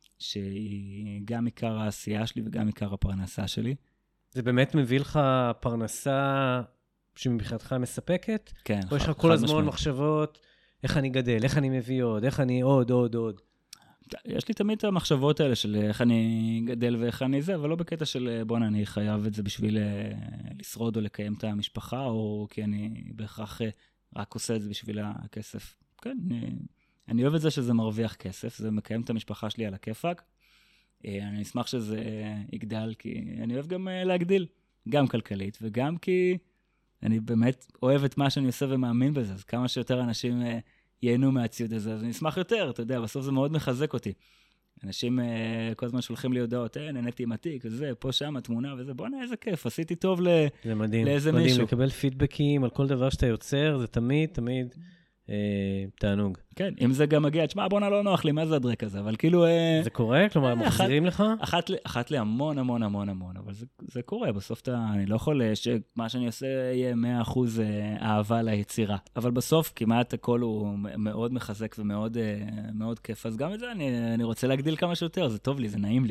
שהיא גם עיקר העשייה שלי וגם עיקר הפרנסה שלי. זה באמת מביא לך פרנסה שמבחינתך מספקת? כן. או יש לך כל הזמן מחשבות, איך אני גדל, איך אני מביא עוד, איך אני עוד, עוד, עוד? יש לי תמיד את המחשבות האלה של איך אני גדל ואיך אני זה, אבל לא בקטע של בוא'נה, אני חייב את זה בשביל לשרוד או לקיים את המשפחה, או כי אני בהכרח רק עושה את זה בשביל הכסף. כן, אני, אני אוהב את זה שזה מרוויח כסף, זה מקיים את המשפחה שלי על הכיפק. אני אשמח שזה יגדל, כי אני אוהב גם להגדיל, גם כלכלית, וגם כי אני באמת אוהב את מה שאני עושה ומאמין בזה, אז כמה שיותר אנשים ייהנו מהציוד הזה, אז אני אשמח יותר, אתה יודע, בסוף זה מאוד מחזק אותי. אנשים כל הזמן שולחים לי הודעות, אה, נהניתי עם התיק, וזה, פה שם, התמונה וזה, בוא נה, איזה כיף, עשיתי טוב ל... זה מדהים, לאיזה מדהים, מישהו. לקבל פידבקים על כל דבר שאתה יוצר, זה תמיד, תמיד אה, תענוג. כן, אם זה גם מגיע, תשמע, בוא נה, לא נוח לי, מה זה הדרק הזה, אבל כאילו... אה, זה קורה? כלומר, אה, מחזירים לך? אחת, אחת לי המון, המון, המון, המון, אבל זה, זה קורה, בסוף אתה, אני לא יכול שמה שאני עושה יהיה מאה אחוז אהבה ליצירה, אבל בסוף כמעט הכל הוא מאוד מחזק ומאוד מאוד כיף, אז גם את זה אני, אני רוצה להגדיל כמה שיותר, זה טוב לי, זה נעים לי.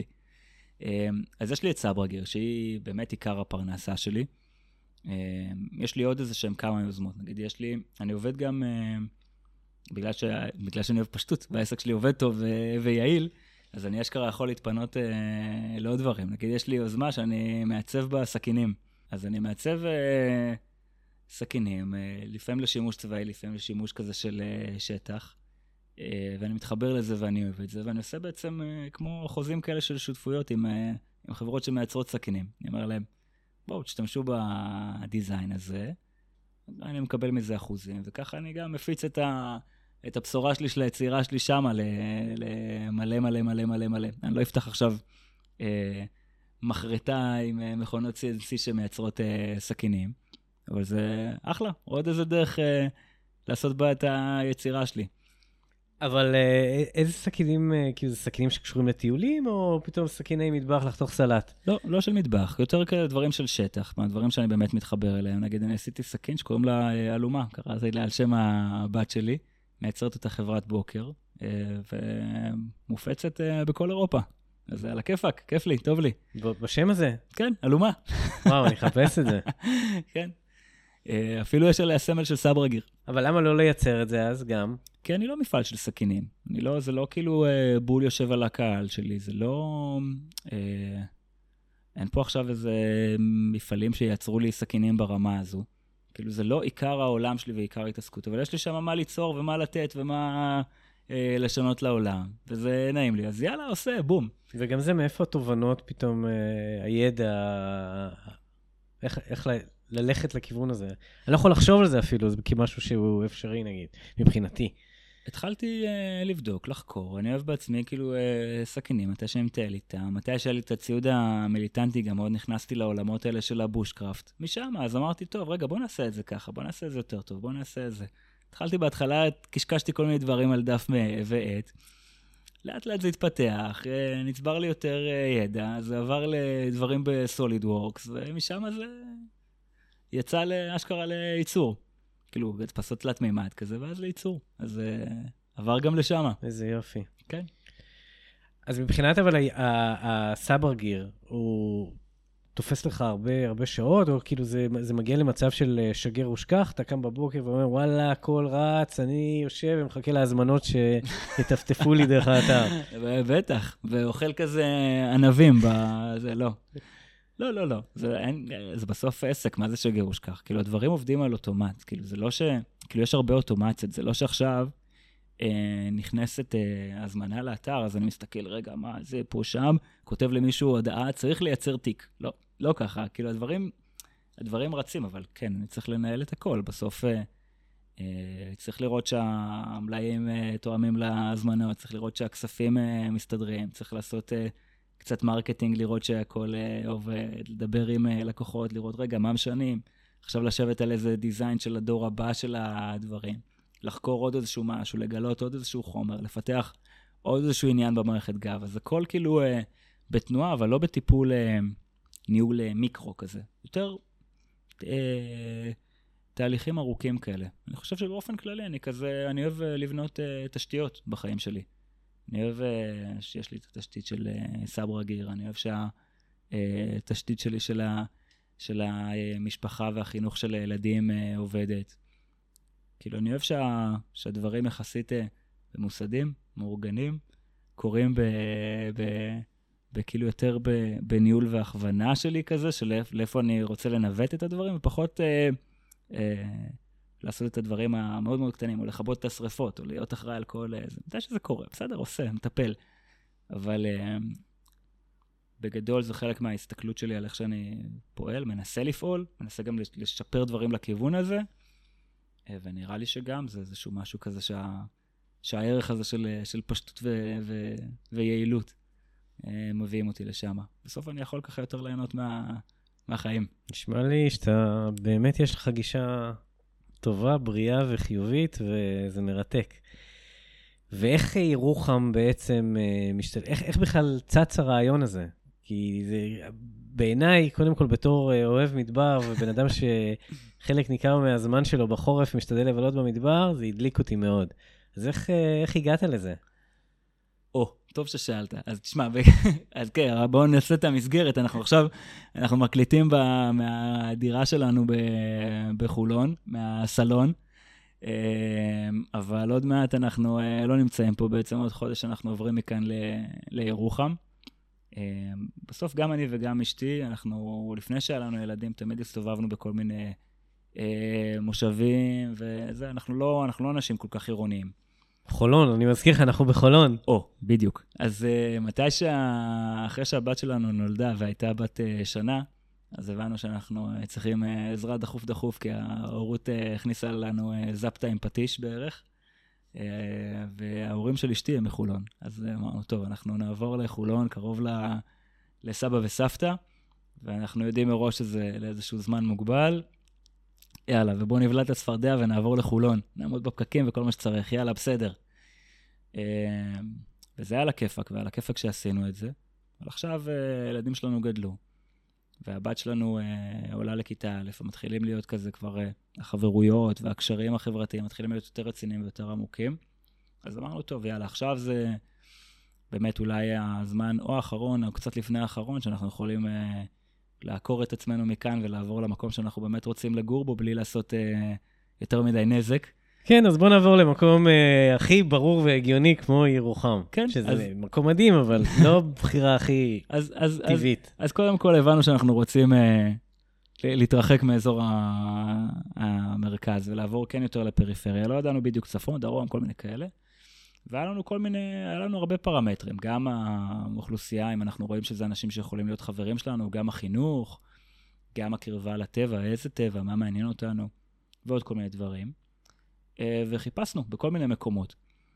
אז יש לי את סברגר, שהיא באמת עיקר הפרנסה שלי. יש לי עוד איזה שהם כמה יוזמות, נגיד יש לי, אני עובד גם, בגלל, ש, בגלל שאני אוהב פשטות, והעסק שלי עובד טוב ו, ויעיל, אז אני אשכרה יכול להתפנות אה, לעוד דברים. נגיד, יש לי יוזמה שאני מעצב בסכינים. אז אני מעצב אה, סכינים, אה, לפעמים לשימוש צבאי, לפעמים לשימוש כזה של אה, שטח, אה, ואני מתחבר לזה ואני אוהב את זה, ואני עושה בעצם אה, כמו חוזים כאלה של שותפויות עם, אה, עם חברות שמייצרות סכינים. אני אומר להם, בואו, תשתמשו בדיזיין הזה, אני מקבל מזה אחוזים, וככה אני גם מפיץ את ה... את הבשורה שלי של היצירה שלי שמה, למלא מלא מלא מלא מלא. אני לא אפתח עכשיו אה, מחרטה עם אה, מכונות סי אן סי שמייצרות אה, סכינים, אבל זה אחלה, עוד איזה דרך אה, לעשות בה את היצירה שלי. אבל אה, איזה סכינים, אה, כאילו זה סכינים שקשורים לטיולים, או פתאום סכיני מטבח לחתוך סלט? לא, לא של מטבח, יותר כאלה דברים של שטח, מהדברים שאני באמת מתחבר אליהם. נגיד, אני עשיתי סכין שקוראים לה אה, אלומה, קראתי לה על שם הבת שלי, מייצרת אותה חברת בוקר, ומופצת בכל אירופה. אז זה על הכיפק, כיף לי, טוב לי. בשם הזה? כן, אלומה. וואו, אני אחפש את זה. כן. אפילו יש עליה סמל של סברגר. אבל למה לא לייצר את זה אז גם? כי אני לא מפעל של סכינים. אני לא, זה לא כאילו בול יושב על הקהל שלי, זה לא... אין פה עכשיו איזה מפעלים שייצרו לי סכינים ברמה הזו. כאילו זה לא עיקר העולם שלי ועיקר התעסקות, אבל יש לי שם מה ליצור ומה לתת ומה אה, לשנות לעולם, וזה נעים לי, אז יאללה, עושה, בום. וגם זה מאיפה התובנות פתאום, אה, הידע, איך, איך ל, ללכת לכיוון הזה. אני לא יכול לחשוב על זה אפילו, זה כמשהו שהוא אפשרי נגיד, מבחינתי. התחלתי אה, לבדוק, לחקור, אני אוהב בעצמי כאילו אה, סכינים, מתי שאני מטייל איתם, מתי שהיה לי את הציוד המיליטנטי, גם מאוד נכנסתי לעולמות האלה של הבושקראפט. משם, אז אמרתי, טוב, רגע, בוא נעשה את זה ככה, בוא נעשה את זה יותר טוב, בוא נעשה את זה. התחלתי בהתחלה, קשקשתי כל מיני דברים על דף ועט, לאט לאט זה התפתח, אה, נצבר לי יותר אה, ידע, זה עבר לדברים בסוליד וורקס, ומשם זה יצא לאשכרה לייצור. כאילו, הדפסות תלת מימד כזה, ואז לייצור. אז uh, עבר גם לשם. איזה יופי. כן. אז מבחינת, אבל הסברגר, הוא תופס לך הרבה, הרבה שעות, או כאילו זה, זה מגיע למצב של שגר ושכח, אתה קם בבוקר ואומר, וואלה, הכל רץ, אני יושב ומחכה להזמנות שיטפטפו לי דרך האתר. בטח, ואוכל כזה ענבים, זה לא. לא, לא, לא. זה, אין, זה בסוף עסק, מה זה שגר ושכח? כאילו, הדברים עובדים על אוטומט. כאילו, זה לא ש... כאילו יש הרבה אוטומציות, זה לא שעכשיו אה, נכנסת אה, הזמנה לאתר, אז אני מסתכל, רגע, מה, זה פה שם, כותב למישהו הודעה, צריך לייצר תיק. לא, לא ככה, כאילו הדברים, הדברים רצים, אבל כן, אני צריך לנהל את הכל. בסוף אה, אה, צריך לראות שהמלאים אה, תואמים להזמנות, צריך לראות שהכספים אה, מסתדרים, צריך לעשות אה, קצת מרקטינג, לראות שהכל אה, עובד, לדבר עם אה, לקוחות, לראות, רגע, מה משנים? עכשיו לשבת על איזה דיזיין של הדור הבא של הדברים, לחקור עוד איזשהו משהו, לגלות עוד איזשהו חומר, לפתח עוד איזשהו עניין במערכת גב. אז הכל כאילו אה, בתנועה, אבל לא בטיפול אה, ניהול אה, מיקרו כזה. יותר אה, תהליכים ארוכים כאלה. אני חושב שבאופן כללי אני כזה, אני אוהב אה, לבנות אה, תשתיות בחיים שלי. אני אוהב אה, שיש לי את התשתית של אה, סברה גיר, אני אוהב שהתשתית שלי של ה... של המשפחה והחינוך של הילדים עובדת. כאילו, אני אוהב שה, שהדברים יחסית במוסדים, מאורגנים, קוראים ב, ב, בכאילו יותר ב, בניהול והכוונה שלי כזה, של לאיפה אני רוצה לנווט את הדברים, ופחות אה, אה, לעשות את הדברים המאוד מאוד קטנים, או לכבות את השריפות, או להיות אחראי על כל זה. מתי שזה קורה, בסדר, עושה, מטפל. אבל... אה, בגדול זה חלק מההסתכלות שלי על איך שאני פועל, מנסה לפעול, מנסה גם לשפר דברים לכיוון הזה, ונראה לי שגם זה איזשהו משהו כזה שה, שהערך הזה של, של פשטות ו, ו, ויעילות מביאים אותי לשם. בסוף אני יכול ככה יותר ליהנות מה, מהחיים. נשמע לי שאתה באמת יש לך גישה טובה, בריאה וחיובית, וזה מרתק. ואיך ירוחם בעצם משתל... איך, איך בכלל צץ הרעיון הזה? כי זה בעיניי, קודם כל בתור אוהב מדבר, ובן אדם שחלק ניכר מהזמן שלו בחורף משתדל לבלות במדבר, זה הדליק אותי מאוד. אז איך, איך הגעת לזה? או, טוב ששאלת. אז תשמע, אז כן, בואו נעשה את המסגרת. אנחנו עכשיו, אנחנו מקליטים ב... מהדירה שלנו ב... בחולון, מהסלון, אבל עוד מעט אנחנו לא נמצאים פה, בעצם עוד חודש אנחנו עוברים מכאן ל... לירוחם. בסוף גם אני וגם אשתי, אנחנו לפני שהיה לנו ילדים, תמיד הסתובבנו בכל מיני מושבים, וזה, אנחנו לא, אנחנו לא אנשים כל כך עירוניים. חולון, אני מזכיר לך, אנחנו בחולון. או, בדיוק. אז מתי שה... אחרי שהבת שלנו נולדה והייתה בת שנה, אז הבנו שאנחנו צריכים עזרה דחוף דחוף, כי ההורות הכניסה לנו זפטה עם פטיש בערך, וההורים של אשתי הם מחולון. אז אמרנו, טוב, אנחנו נעבור לחולון, קרוב לסבא וסבתא, ואנחנו יודעים מראש שזה לאיזשהו זמן מוגבל. יאללה, ובואו נבלע את הצפרדע ונעבור לחולון. נעמוד בפקקים וכל מה שצריך, יאללה, בסדר. וזה היה לכיפק, והיה לכיפק שעשינו את זה. אבל עכשיו ילדים שלנו גדלו. והבת שלנו אה, עולה לכיתה א', ומתחילים להיות כזה כבר אה, החברויות והקשרים החברתיים, מתחילים להיות יותר רציניים ויותר עמוקים. אז אמרנו, טוב, יאללה, עכשיו זה באמת אולי הזמן או האחרון, או קצת לפני האחרון, שאנחנו יכולים אה, לעקור את עצמנו מכאן ולעבור למקום שאנחנו באמת רוצים לגור בו, בלי לעשות אה, יותר מדי נזק. כן, אז בוא נעבור למקום אה, הכי ברור והגיוני כמו ירוחם. כן. שזה אז... מקום מדהים, אבל לא בחירה הכי אז, אז, טבעית. אז, אז קודם כל הבנו שאנחנו רוצים אה, להתרחק מאזור המרכז, ולעבור כן יותר לפריפריה. לא ידענו בדיוק צפון, דרום, כל מיני כאלה. והיה לנו כל מיני, היה לנו הרבה פרמטרים. גם האוכלוסייה, אם אנחנו רואים שזה אנשים שיכולים להיות חברים שלנו, גם החינוך, גם הקרבה לטבע, איזה טבע, מה מעניין אותנו, ועוד כל מיני דברים. וחיפשנו בכל מיני מקומות.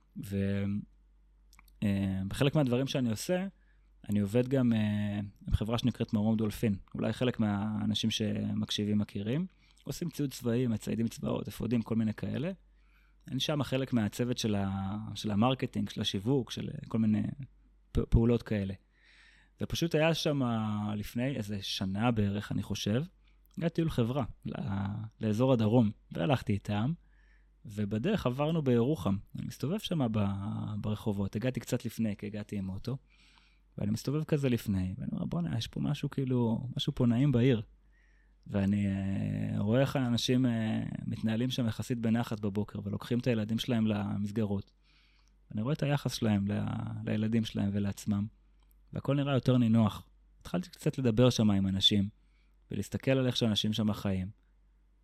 ובחלק מהדברים שאני עושה, אני עובד גם עם חברה שנקראת מרום דולפין. אולי חלק מהאנשים שמקשיבים מכירים. עושים ציוד צבאי, מציידים צבאות, אפודים, כל מיני כאלה. אני שם חלק מהצוות של, ה... של המרקטינג, של השיווק, של כל מיני פעולות כאלה. ופשוט היה שם לפני איזה שנה בערך, אני חושב, הגעתי טיול חברה לאזור הדרום, והלכתי איתם, ובדרך עברנו בירוחם. אני מסתובב שם ברחובות, הגעתי קצת לפני, כי הגעתי עם אוטו, ואני מסתובב כזה לפני, ואני אומר, בוא נראה, יש פה משהו כאילו, משהו פה נעים בעיר. ואני uh, רואה איך האנשים uh, מתנהלים שם יחסית בנחת בבוקר, ולוקחים את הילדים שלהם למסגרות. אני רואה את היחס שלהם ל- לילדים שלהם ולעצמם, והכל נראה יותר נינוח. התחלתי קצת לדבר שם עם אנשים, ולהסתכל על איך שאנשים שם חיים.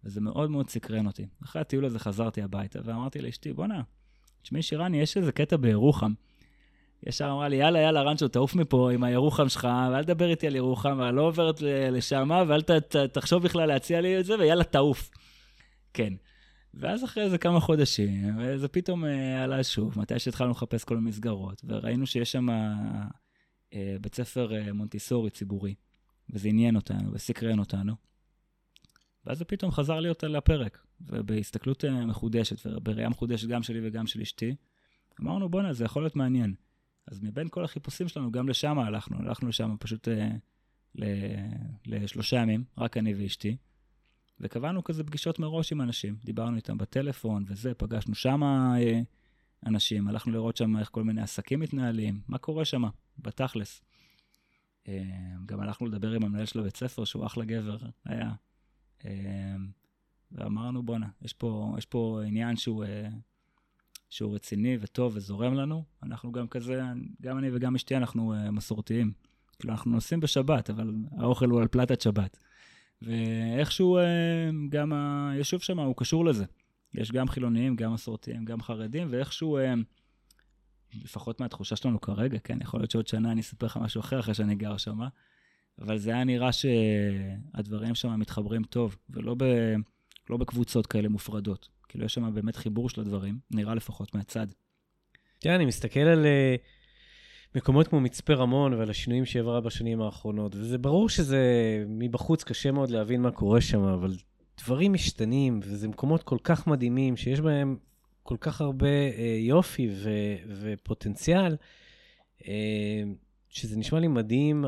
וזה מאוד מאוד סקרן אותי. אחרי הטיול הזה חזרתי הביתה, ואמרתי לאשתי, בוא נע, תשמעי שירני, יש איזה קטע בירוחם. ישר אמרה לי, יאללה, יאללה, רנצ'ו, תעוף מפה עם הירוחם שלך, ואל תדבר איתי על ירוחם, ואני לא עוברת לשם, ואל ת, ת, תחשוב בכלל להציע לי את זה, ויאללה, תעוף. כן. ואז אחרי זה כמה חודשים, וזה פתאום עלה שוב, מתי שהתחלנו לחפש כל המסגרות, וראינו שיש שם אה, בית ספר מונטיסורי ציבורי, וזה עניין אותנו, וסקרן אותנו. ואז זה פתאום חזר להיות על הפרק, ובהסתכלות מחודשת, ובראייה מחודשת גם שלי וגם של אשתי, אמרנו, בוא'נה, זה יכול להיות מעניין. אז מבין כל החיפושים שלנו, גם לשם הלכנו, הלכנו לשם פשוט אה, ל, לשלושה ימים, רק אני ואשתי, וקבענו כזה פגישות מראש עם אנשים, דיברנו איתם בטלפון וזה, פגשנו שם אה, אנשים, הלכנו לראות שם איך כל מיני עסקים מתנהלים, מה קורה שם, בתכלס. אה, גם הלכנו לדבר עם המנהל של הבית ספר, שהוא אחלה גבר, היה, אה, ואמרנו, בוא'נה, יש פה, יש פה עניין שהוא... אה, שהוא רציני וטוב וזורם לנו, אנחנו גם כזה, גם אני וגם אשתי, אנחנו uh, מסורתיים. כאילו, אנחנו נוסעים בשבת, אבל האוכל הוא על פלטת שבת. ואיכשהו uh, גם היישוב שם הוא קשור לזה. יש גם חילוניים, גם מסורתיים, גם חרדים, ואיכשהו, uh, לפחות מהתחושה שלנו כרגע, כן, יכול להיות שעוד שנה אני אספר לך משהו אחר אחרי שאני גר שם, אבל זה היה נראה שהדברים שם מתחברים טוב, ולא ב, לא בקבוצות כאלה מופרדות. כאילו יש שם באמת חיבור של הדברים, נראה לפחות מהצד. תראה, אני מסתכל על uh, מקומות כמו מצפה רמון ועל השינויים שעברה בשנים האחרונות, וזה ברור שזה מבחוץ קשה מאוד להבין מה קורה שם, אבל דברים משתנים, וזה מקומות כל כך מדהימים, שיש בהם כל כך הרבה uh, יופי ו- ופוטנציאל, uh, שזה נשמע לי מדהים,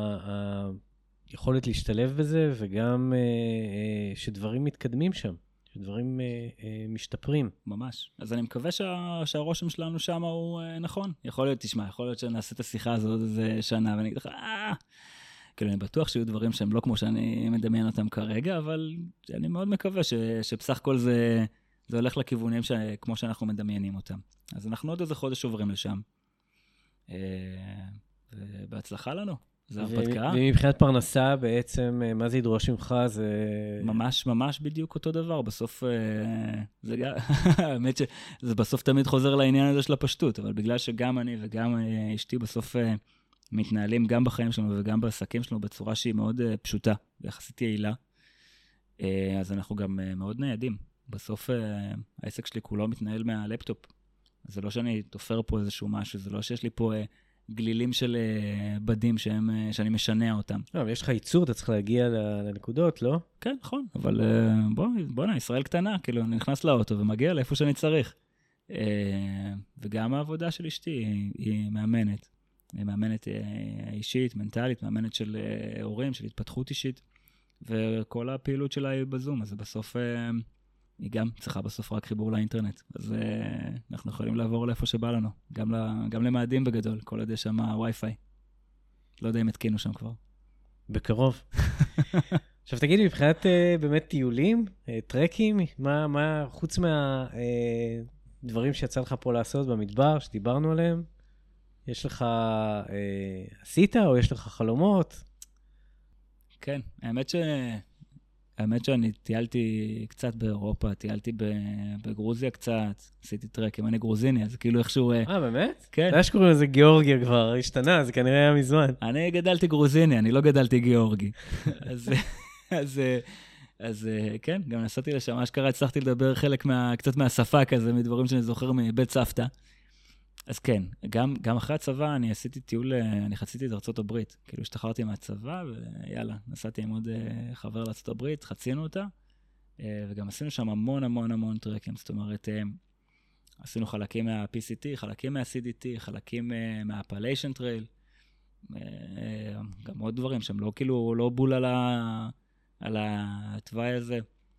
היכולת להשתלב בזה, וגם uh, uh, שדברים מתקדמים שם. שדברים אה, אה, משתפרים. ממש. אז אני מקווה שה, שהרושם שלנו שם הוא אה, נכון. יכול להיות, תשמע, יכול להיות שנעשה את השיחה הזאת עוד איזה שנה, ואני אגיד לך, אה, כאילו אני בטוח שיהיו דברים שהם לא כמו שאני מדמיין אותם כרגע, אבל אני מאוד מקווה ש, שבסך הכל זה, זה הולך לכיוונים ש, כמו שאנחנו מדמיינים אותם. אז אנחנו עוד איזה חודש עוברים לשם. אה, ובהצלחה לנו. זה הרפתקה. ומבחינת פרנסה בעצם, מה זה ידרוש ממך? זה... ממש, ממש בדיוק אותו דבר. בסוף, זה גם, האמת שזה בסוף תמיד חוזר לעניין הזה של הפשטות, אבל בגלל שגם אני וגם אשתי בסוף מתנהלים גם בחיים שלנו וגם בעסקים שלנו בצורה שהיא מאוד פשוטה, ויחסית יעילה, אז אנחנו גם מאוד ניידים. בסוף העסק שלי כולו מתנהל מהלפטופ. זה לא שאני תופר פה איזשהו משהו, זה לא שיש לי פה... גלילים של בדים שהם, שאני משנע אותם. לא, אבל יש לך ייצור, אתה צריך להגיע לנקודות, לא? כן, נכון, אבל בוא, בוא נה, ישראל קטנה, כאילו, אני נכנס לאוטו ומגיע לאיפה שאני צריך. וגם העבודה של אשתי היא, היא מאמנת. היא מאמנת אישית, מנטלית, מאמנת של הורים, של התפתחות אישית, וכל הפעילות שלה היא בזום, אז בסוף... היא גם צריכה בסוף רק חיבור לאינטרנט. אז uh, אנחנו יכולים לעבור לאיפה שבא לנו. גם, לה, גם למאדים בגדול, כל עוד יש שם וי-פיי. לא יודע אם התקינו שם כבר. בקרוב. עכשיו תגיד לי, מבחינת uh, באמת טיולים, uh, טרקים, מה, מה חוץ מהדברים uh, שיצא לך פה לעשות במדבר, שדיברנו עליהם, יש לך, uh, עשית או יש לך חלומות? כן, האמת ש... האמת שאני טיילתי קצת באירופה, טיילתי בגרוזיה קצת, עשיתי טרקים, אני גרוזיני, אז כאילו איכשהו... אה, באמת? כן. אתה שקוראים לזה גיאורגיה כבר, השתנה, זה כנראה היה מזמן. אני גדלתי גרוזיני, אני לא גדלתי גיאורגי. אז, אז, אז כן, גם נסעתי לשם, אשכרה הצלחתי לדבר חלק מה, קצת מהשפה כזה, מדברים שאני זוכר מבית סבתא. אז כן, גם, גם אחרי הצבא אני עשיתי טיול, אני חציתי את ארצות הברית. כאילו השתחררתי מהצבא ויאללה, נסעתי עם עוד חבר לארצות הברית, חצינו אותה, וגם עשינו שם המון המון המון טרקים. זאת אומרת, עשינו חלקים מה-פי סי טי, חלקים מה-סי די טי, חלקים מה-Appalachian Trail, גם עוד דברים שהם לא כאילו, לא בול על, ה, על התוואי הזה.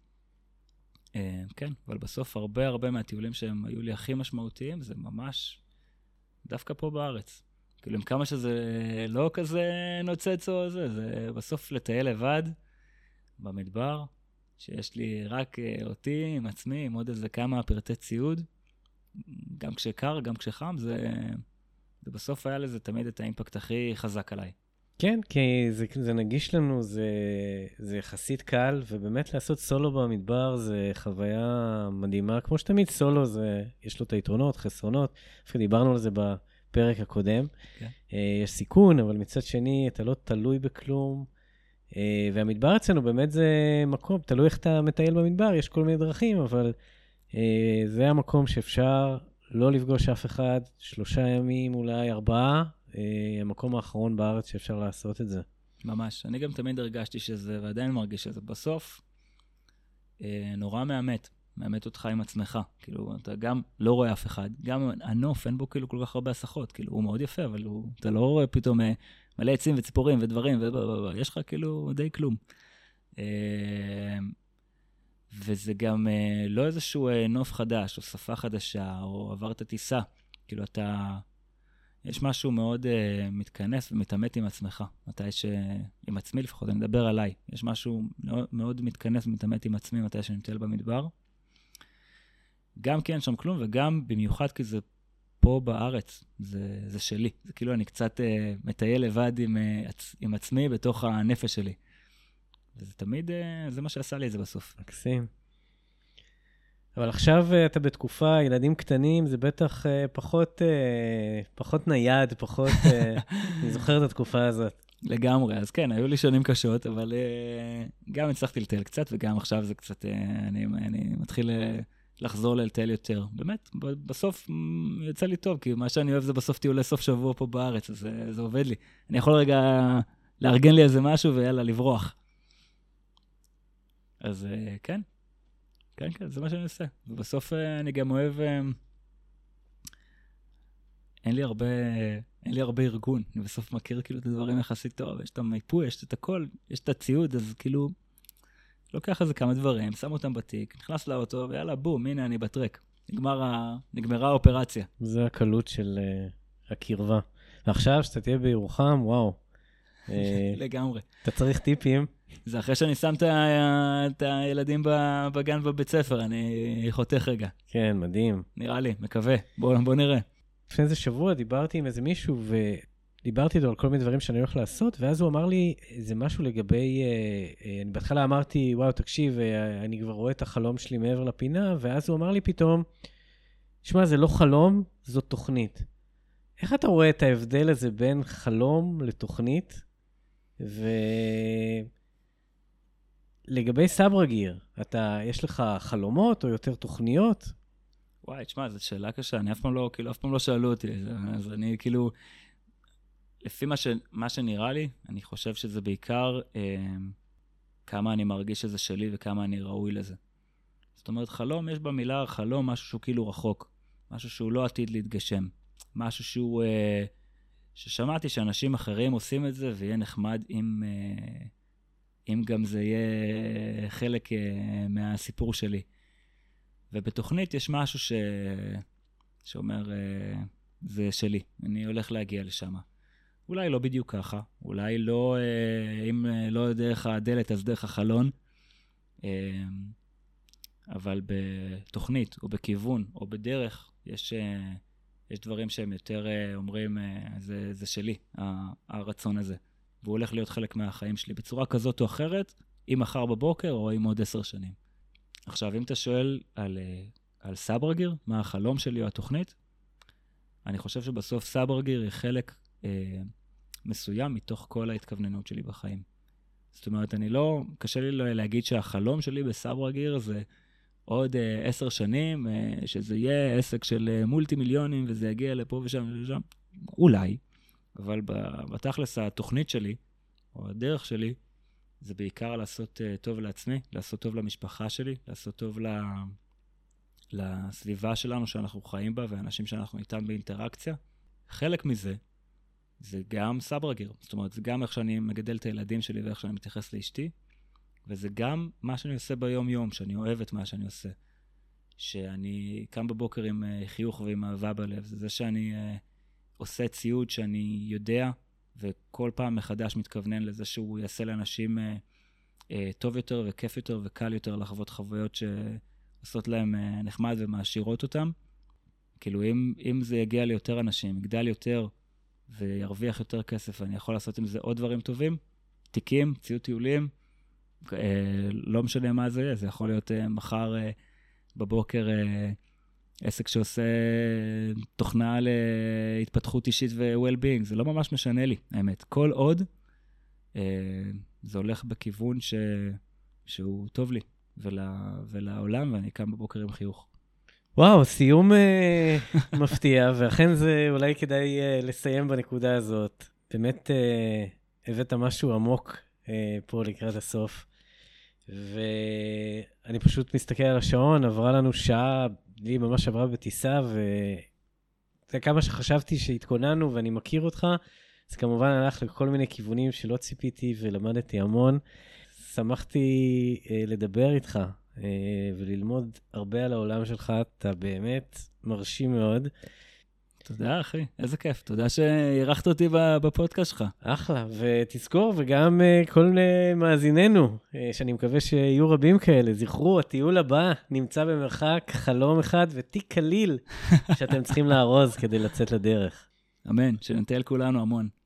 כן, אבל בסוף הרבה הרבה מהטיולים שהם היו לי הכי משמעותיים, זה ממש... דווקא פה בארץ. כאילו, עם כמה שזה לא כזה נוצץ או זה, זה בסוף לטייל לבד, במדבר, שיש לי רק אותי עם עצמי, עם עוד איזה כמה פרטי ציוד, גם כשקר, גם כשחם, זה, זה בסוף היה לזה תמיד את האימפקט הכי חזק עליי. כן, כי זה, זה נגיש לנו, זה, זה יחסית קל, ובאמת לעשות סולו במדבר זה חוויה מדהימה. כמו שתמיד סולו, זה, יש לו את היתרונות, חסרונות. אפילו דיברנו על זה בפרק הקודם. כן. יש סיכון, אבל מצד שני, אתה לא תלוי בכלום. והמדבר אצלנו באמת זה מקום, תלוי איך אתה מטייל במדבר, יש כל מיני דרכים, אבל זה המקום שאפשר לא לפגוש אף אחד, שלושה ימים, אולי ארבעה, המקום האחרון בארץ שאפשר לעשות את זה. ממש. אני גם תמיד הרגשתי שזה, ועדיין מרגיש שזה. בסוף, נורא מאמת. מאמת אותך עם עצמך. כאילו, אתה גם לא רואה אף אחד. גם הנוף, אין בו כאילו כל כך הרבה הסחות. כאילו, הוא מאוד יפה, אבל הוא, אתה לא רואה פתאום מלא עצים וציפורים ודברים, ויש לך כאילו די כלום. וזה גם לא איזשהו נוף חדש, או שפה חדשה, או עברת טיסה. כאילו, אתה... יש משהו מאוד uh, מתכנס ומתאמת עם עצמך. מתי ש... עם עצמי לפחות, אני מדבר עליי. יש משהו מאוד, מאוד מתכנס ומתאמת עם עצמי מתי שאני מטייל במדבר. גם כי אין שם כלום, וגם במיוחד כי זה פה בארץ. זה, זה שלי. זה כאילו אני קצת uh, מטייל לבד עם, uh, עצ... עם עצמי בתוך הנפש שלי. וזה תמיד, uh, זה מה שעשה לי את זה בסוף. מקסים. אבל עכשיו אתה בתקופה, ילדים קטנים, זה בטח פחות, פחות נייד, פחות, אני זוכר את התקופה הזאת. לגמרי, אז כן, היו לי שנים קשות, אבל גם הצלחתי לטייל קצת, וגם עכשיו זה קצת, אני, אני מתחיל לחזור ללטייל יותר. באמת, בסוף יצא לי טוב, כי מה שאני אוהב זה בסוף טיולי סוף שבוע פה בארץ, אז זה, זה עובד לי. אני יכול רגע לארגן לי איזה משהו ויאללה, לברוח. אז כן. כן, כן, זה מה שאני עושה. ובסוף אני גם אוהב... אין לי הרבה, אין לי הרבה ארגון. אני בסוף מכיר כאילו את הדברים יחסית טוב. יש את המיפוי, יש את הכל, יש את הציוד, אז כאילו... לוקח איזה כמה דברים, שם אותם בתיק, נכנס לאוטו, ויאללה, בום, הנה אני בטרק. נגמר ה... נגמרה האופרציה. זה הקלות של uh, הקרבה. ועכשיו, שאתה תהיה בירוחם, וואו. לגמרי. אתה צריך טיפים. זה אחרי שאני שם את הילדים בגן בבית ספר, אני חותך רגע. כן, מדהים. נראה לי, מקווה. בוא, בוא נראה. לפני איזה שבוע דיברתי עם איזה מישהו, ודיברתי איתו על כל מיני דברים שאני הולך לעשות, ואז הוא אמר לי, זה משהו לגבי, אני בהתחלה אמרתי, וואו, תקשיב, אני כבר רואה את החלום שלי מעבר לפינה, ואז הוא אמר לי פתאום, שמע, זה לא חלום, זאת תוכנית. איך אתה רואה את ההבדל הזה בין חלום לתוכנית? ו... לגבי סברגיר, אתה, יש לך חלומות או יותר תוכניות? וואי, תשמע, זו שאלה קשה, אני אף פעם לא, כאילו, אף פעם לא שאלו אותי, אז אני כאילו, לפי מה, ש, מה שנראה לי, אני חושב שזה בעיקר אה, כמה אני מרגיש שזה שלי וכמה אני ראוי לזה. זאת אומרת, חלום, יש במילה חלום משהו שהוא כאילו רחוק, משהו שהוא לא עתיד להתגשם, משהו שהוא, אה, ששמעתי שאנשים אחרים עושים את זה, ויהיה נחמד אם... אה, אם גם זה יהיה חלק uh, מהסיפור שלי. ובתוכנית יש משהו ש... שאומר, uh, זה שלי, אני הולך להגיע לשם. אולי לא בדיוק ככה, אולי לא, uh, אם uh, לא דרך הדלת, אז דרך החלון, uh, אבל בתוכנית, או בכיוון, או בדרך, יש, uh, יש דברים שהם יותר uh, אומרים, uh, זה, זה שלי, הרצון הזה. והוא הולך להיות חלק מהחיים שלי, בצורה כזאת או אחרת, אם מחר בבוקר או אם עוד עשר שנים. עכשיו, אם אתה שואל על, על סברגיר, מה החלום שלי או התוכנית, אני חושב שבסוף סברגיר היא חלק אה, מסוים מתוך כל ההתכווננות שלי בחיים. זאת אומרת, אני לא, קשה לי להגיד שהחלום שלי בסברגיר זה עוד אה, עשר שנים, אה, שזה יהיה עסק של אה, מולטי מיליונים, וזה יגיע לפה ושם ושם. אולי. אבל בתכלס התוכנית שלי, או הדרך שלי, זה בעיקר לעשות uh, טוב לעצמי, לעשות טוב למשפחה שלי, לעשות טוב ל... לסביבה שלנו שאנחנו חיים בה, ואנשים שאנחנו איתם באינטראקציה. חלק מזה, זה גם סברגיר. זאת אומרת, זה גם איך שאני מגדל את הילדים שלי, ואיך שאני מתייחס לאשתי, וזה גם מה שאני עושה ביום-יום, שאני אוהב את מה שאני עושה. שאני קם בבוקר עם uh, חיוך ועם אהבה בלב. זה זה שאני... Uh, עושה ציוד שאני יודע, וכל פעם מחדש מתכוונן לזה שהוא יעשה לאנשים אה, אה, טוב יותר וכיף יותר וקל יותר לחוות חוויות שעושות להם אה, נחמד ומעשירות אותם. כאילו, אם, אם זה יגיע ליותר אנשים, יגדל יותר וירוויח יותר כסף, ואני יכול לעשות עם זה עוד דברים טובים, תיקים, ציוד טיולים, אה, לא משנה מה זה יהיה, זה יכול להיות אה, מחר אה, בבוקר אה, עסק שעושה תוכנה להתפתחות אישית ו-well-being, זה לא ממש משנה לי, האמת. כל עוד אה, זה הולך בכיוון ש... שהוא טוב לי ול... ולעולם, ואני קם בבוקר עם חיוך. וואו, סיום אה, מפתיע, ואכן זה אולי כדאי אה, לסיים בנקודה הזאת. באמת אה, הבאת משהו עמוק אה, פה לקראת הסוף, ואני פשוט מסתכל על השעון, עברה לנו שעה, לי ממש עברה בטיסה, וזה כמה שחשבתי שהתכוננו ואני מכיר אותך, זה כמובן הלך לכל מיני כיוונים שלא ציפיתי ולמדתי המון. שמחתי אה, לדבר איתך אה, וללמוד הרבה על העולם שלך, אתה באמת מרשים מאוד. תודה אחי, איזה כיף, תודה שהירחת אותי בפודקאסט שלך. אחלה, ותזכור, וגם uh, כל uh, מאזיננו, uh, שאני מקווה שיהיו רבים כאלה, זכרו, הטיול הבא נמצא במרחק חלום אחד ותיק קליל שאתם צריכים לארוז כדי לצאת לדרך. אמן, שנטייל כולנו המון.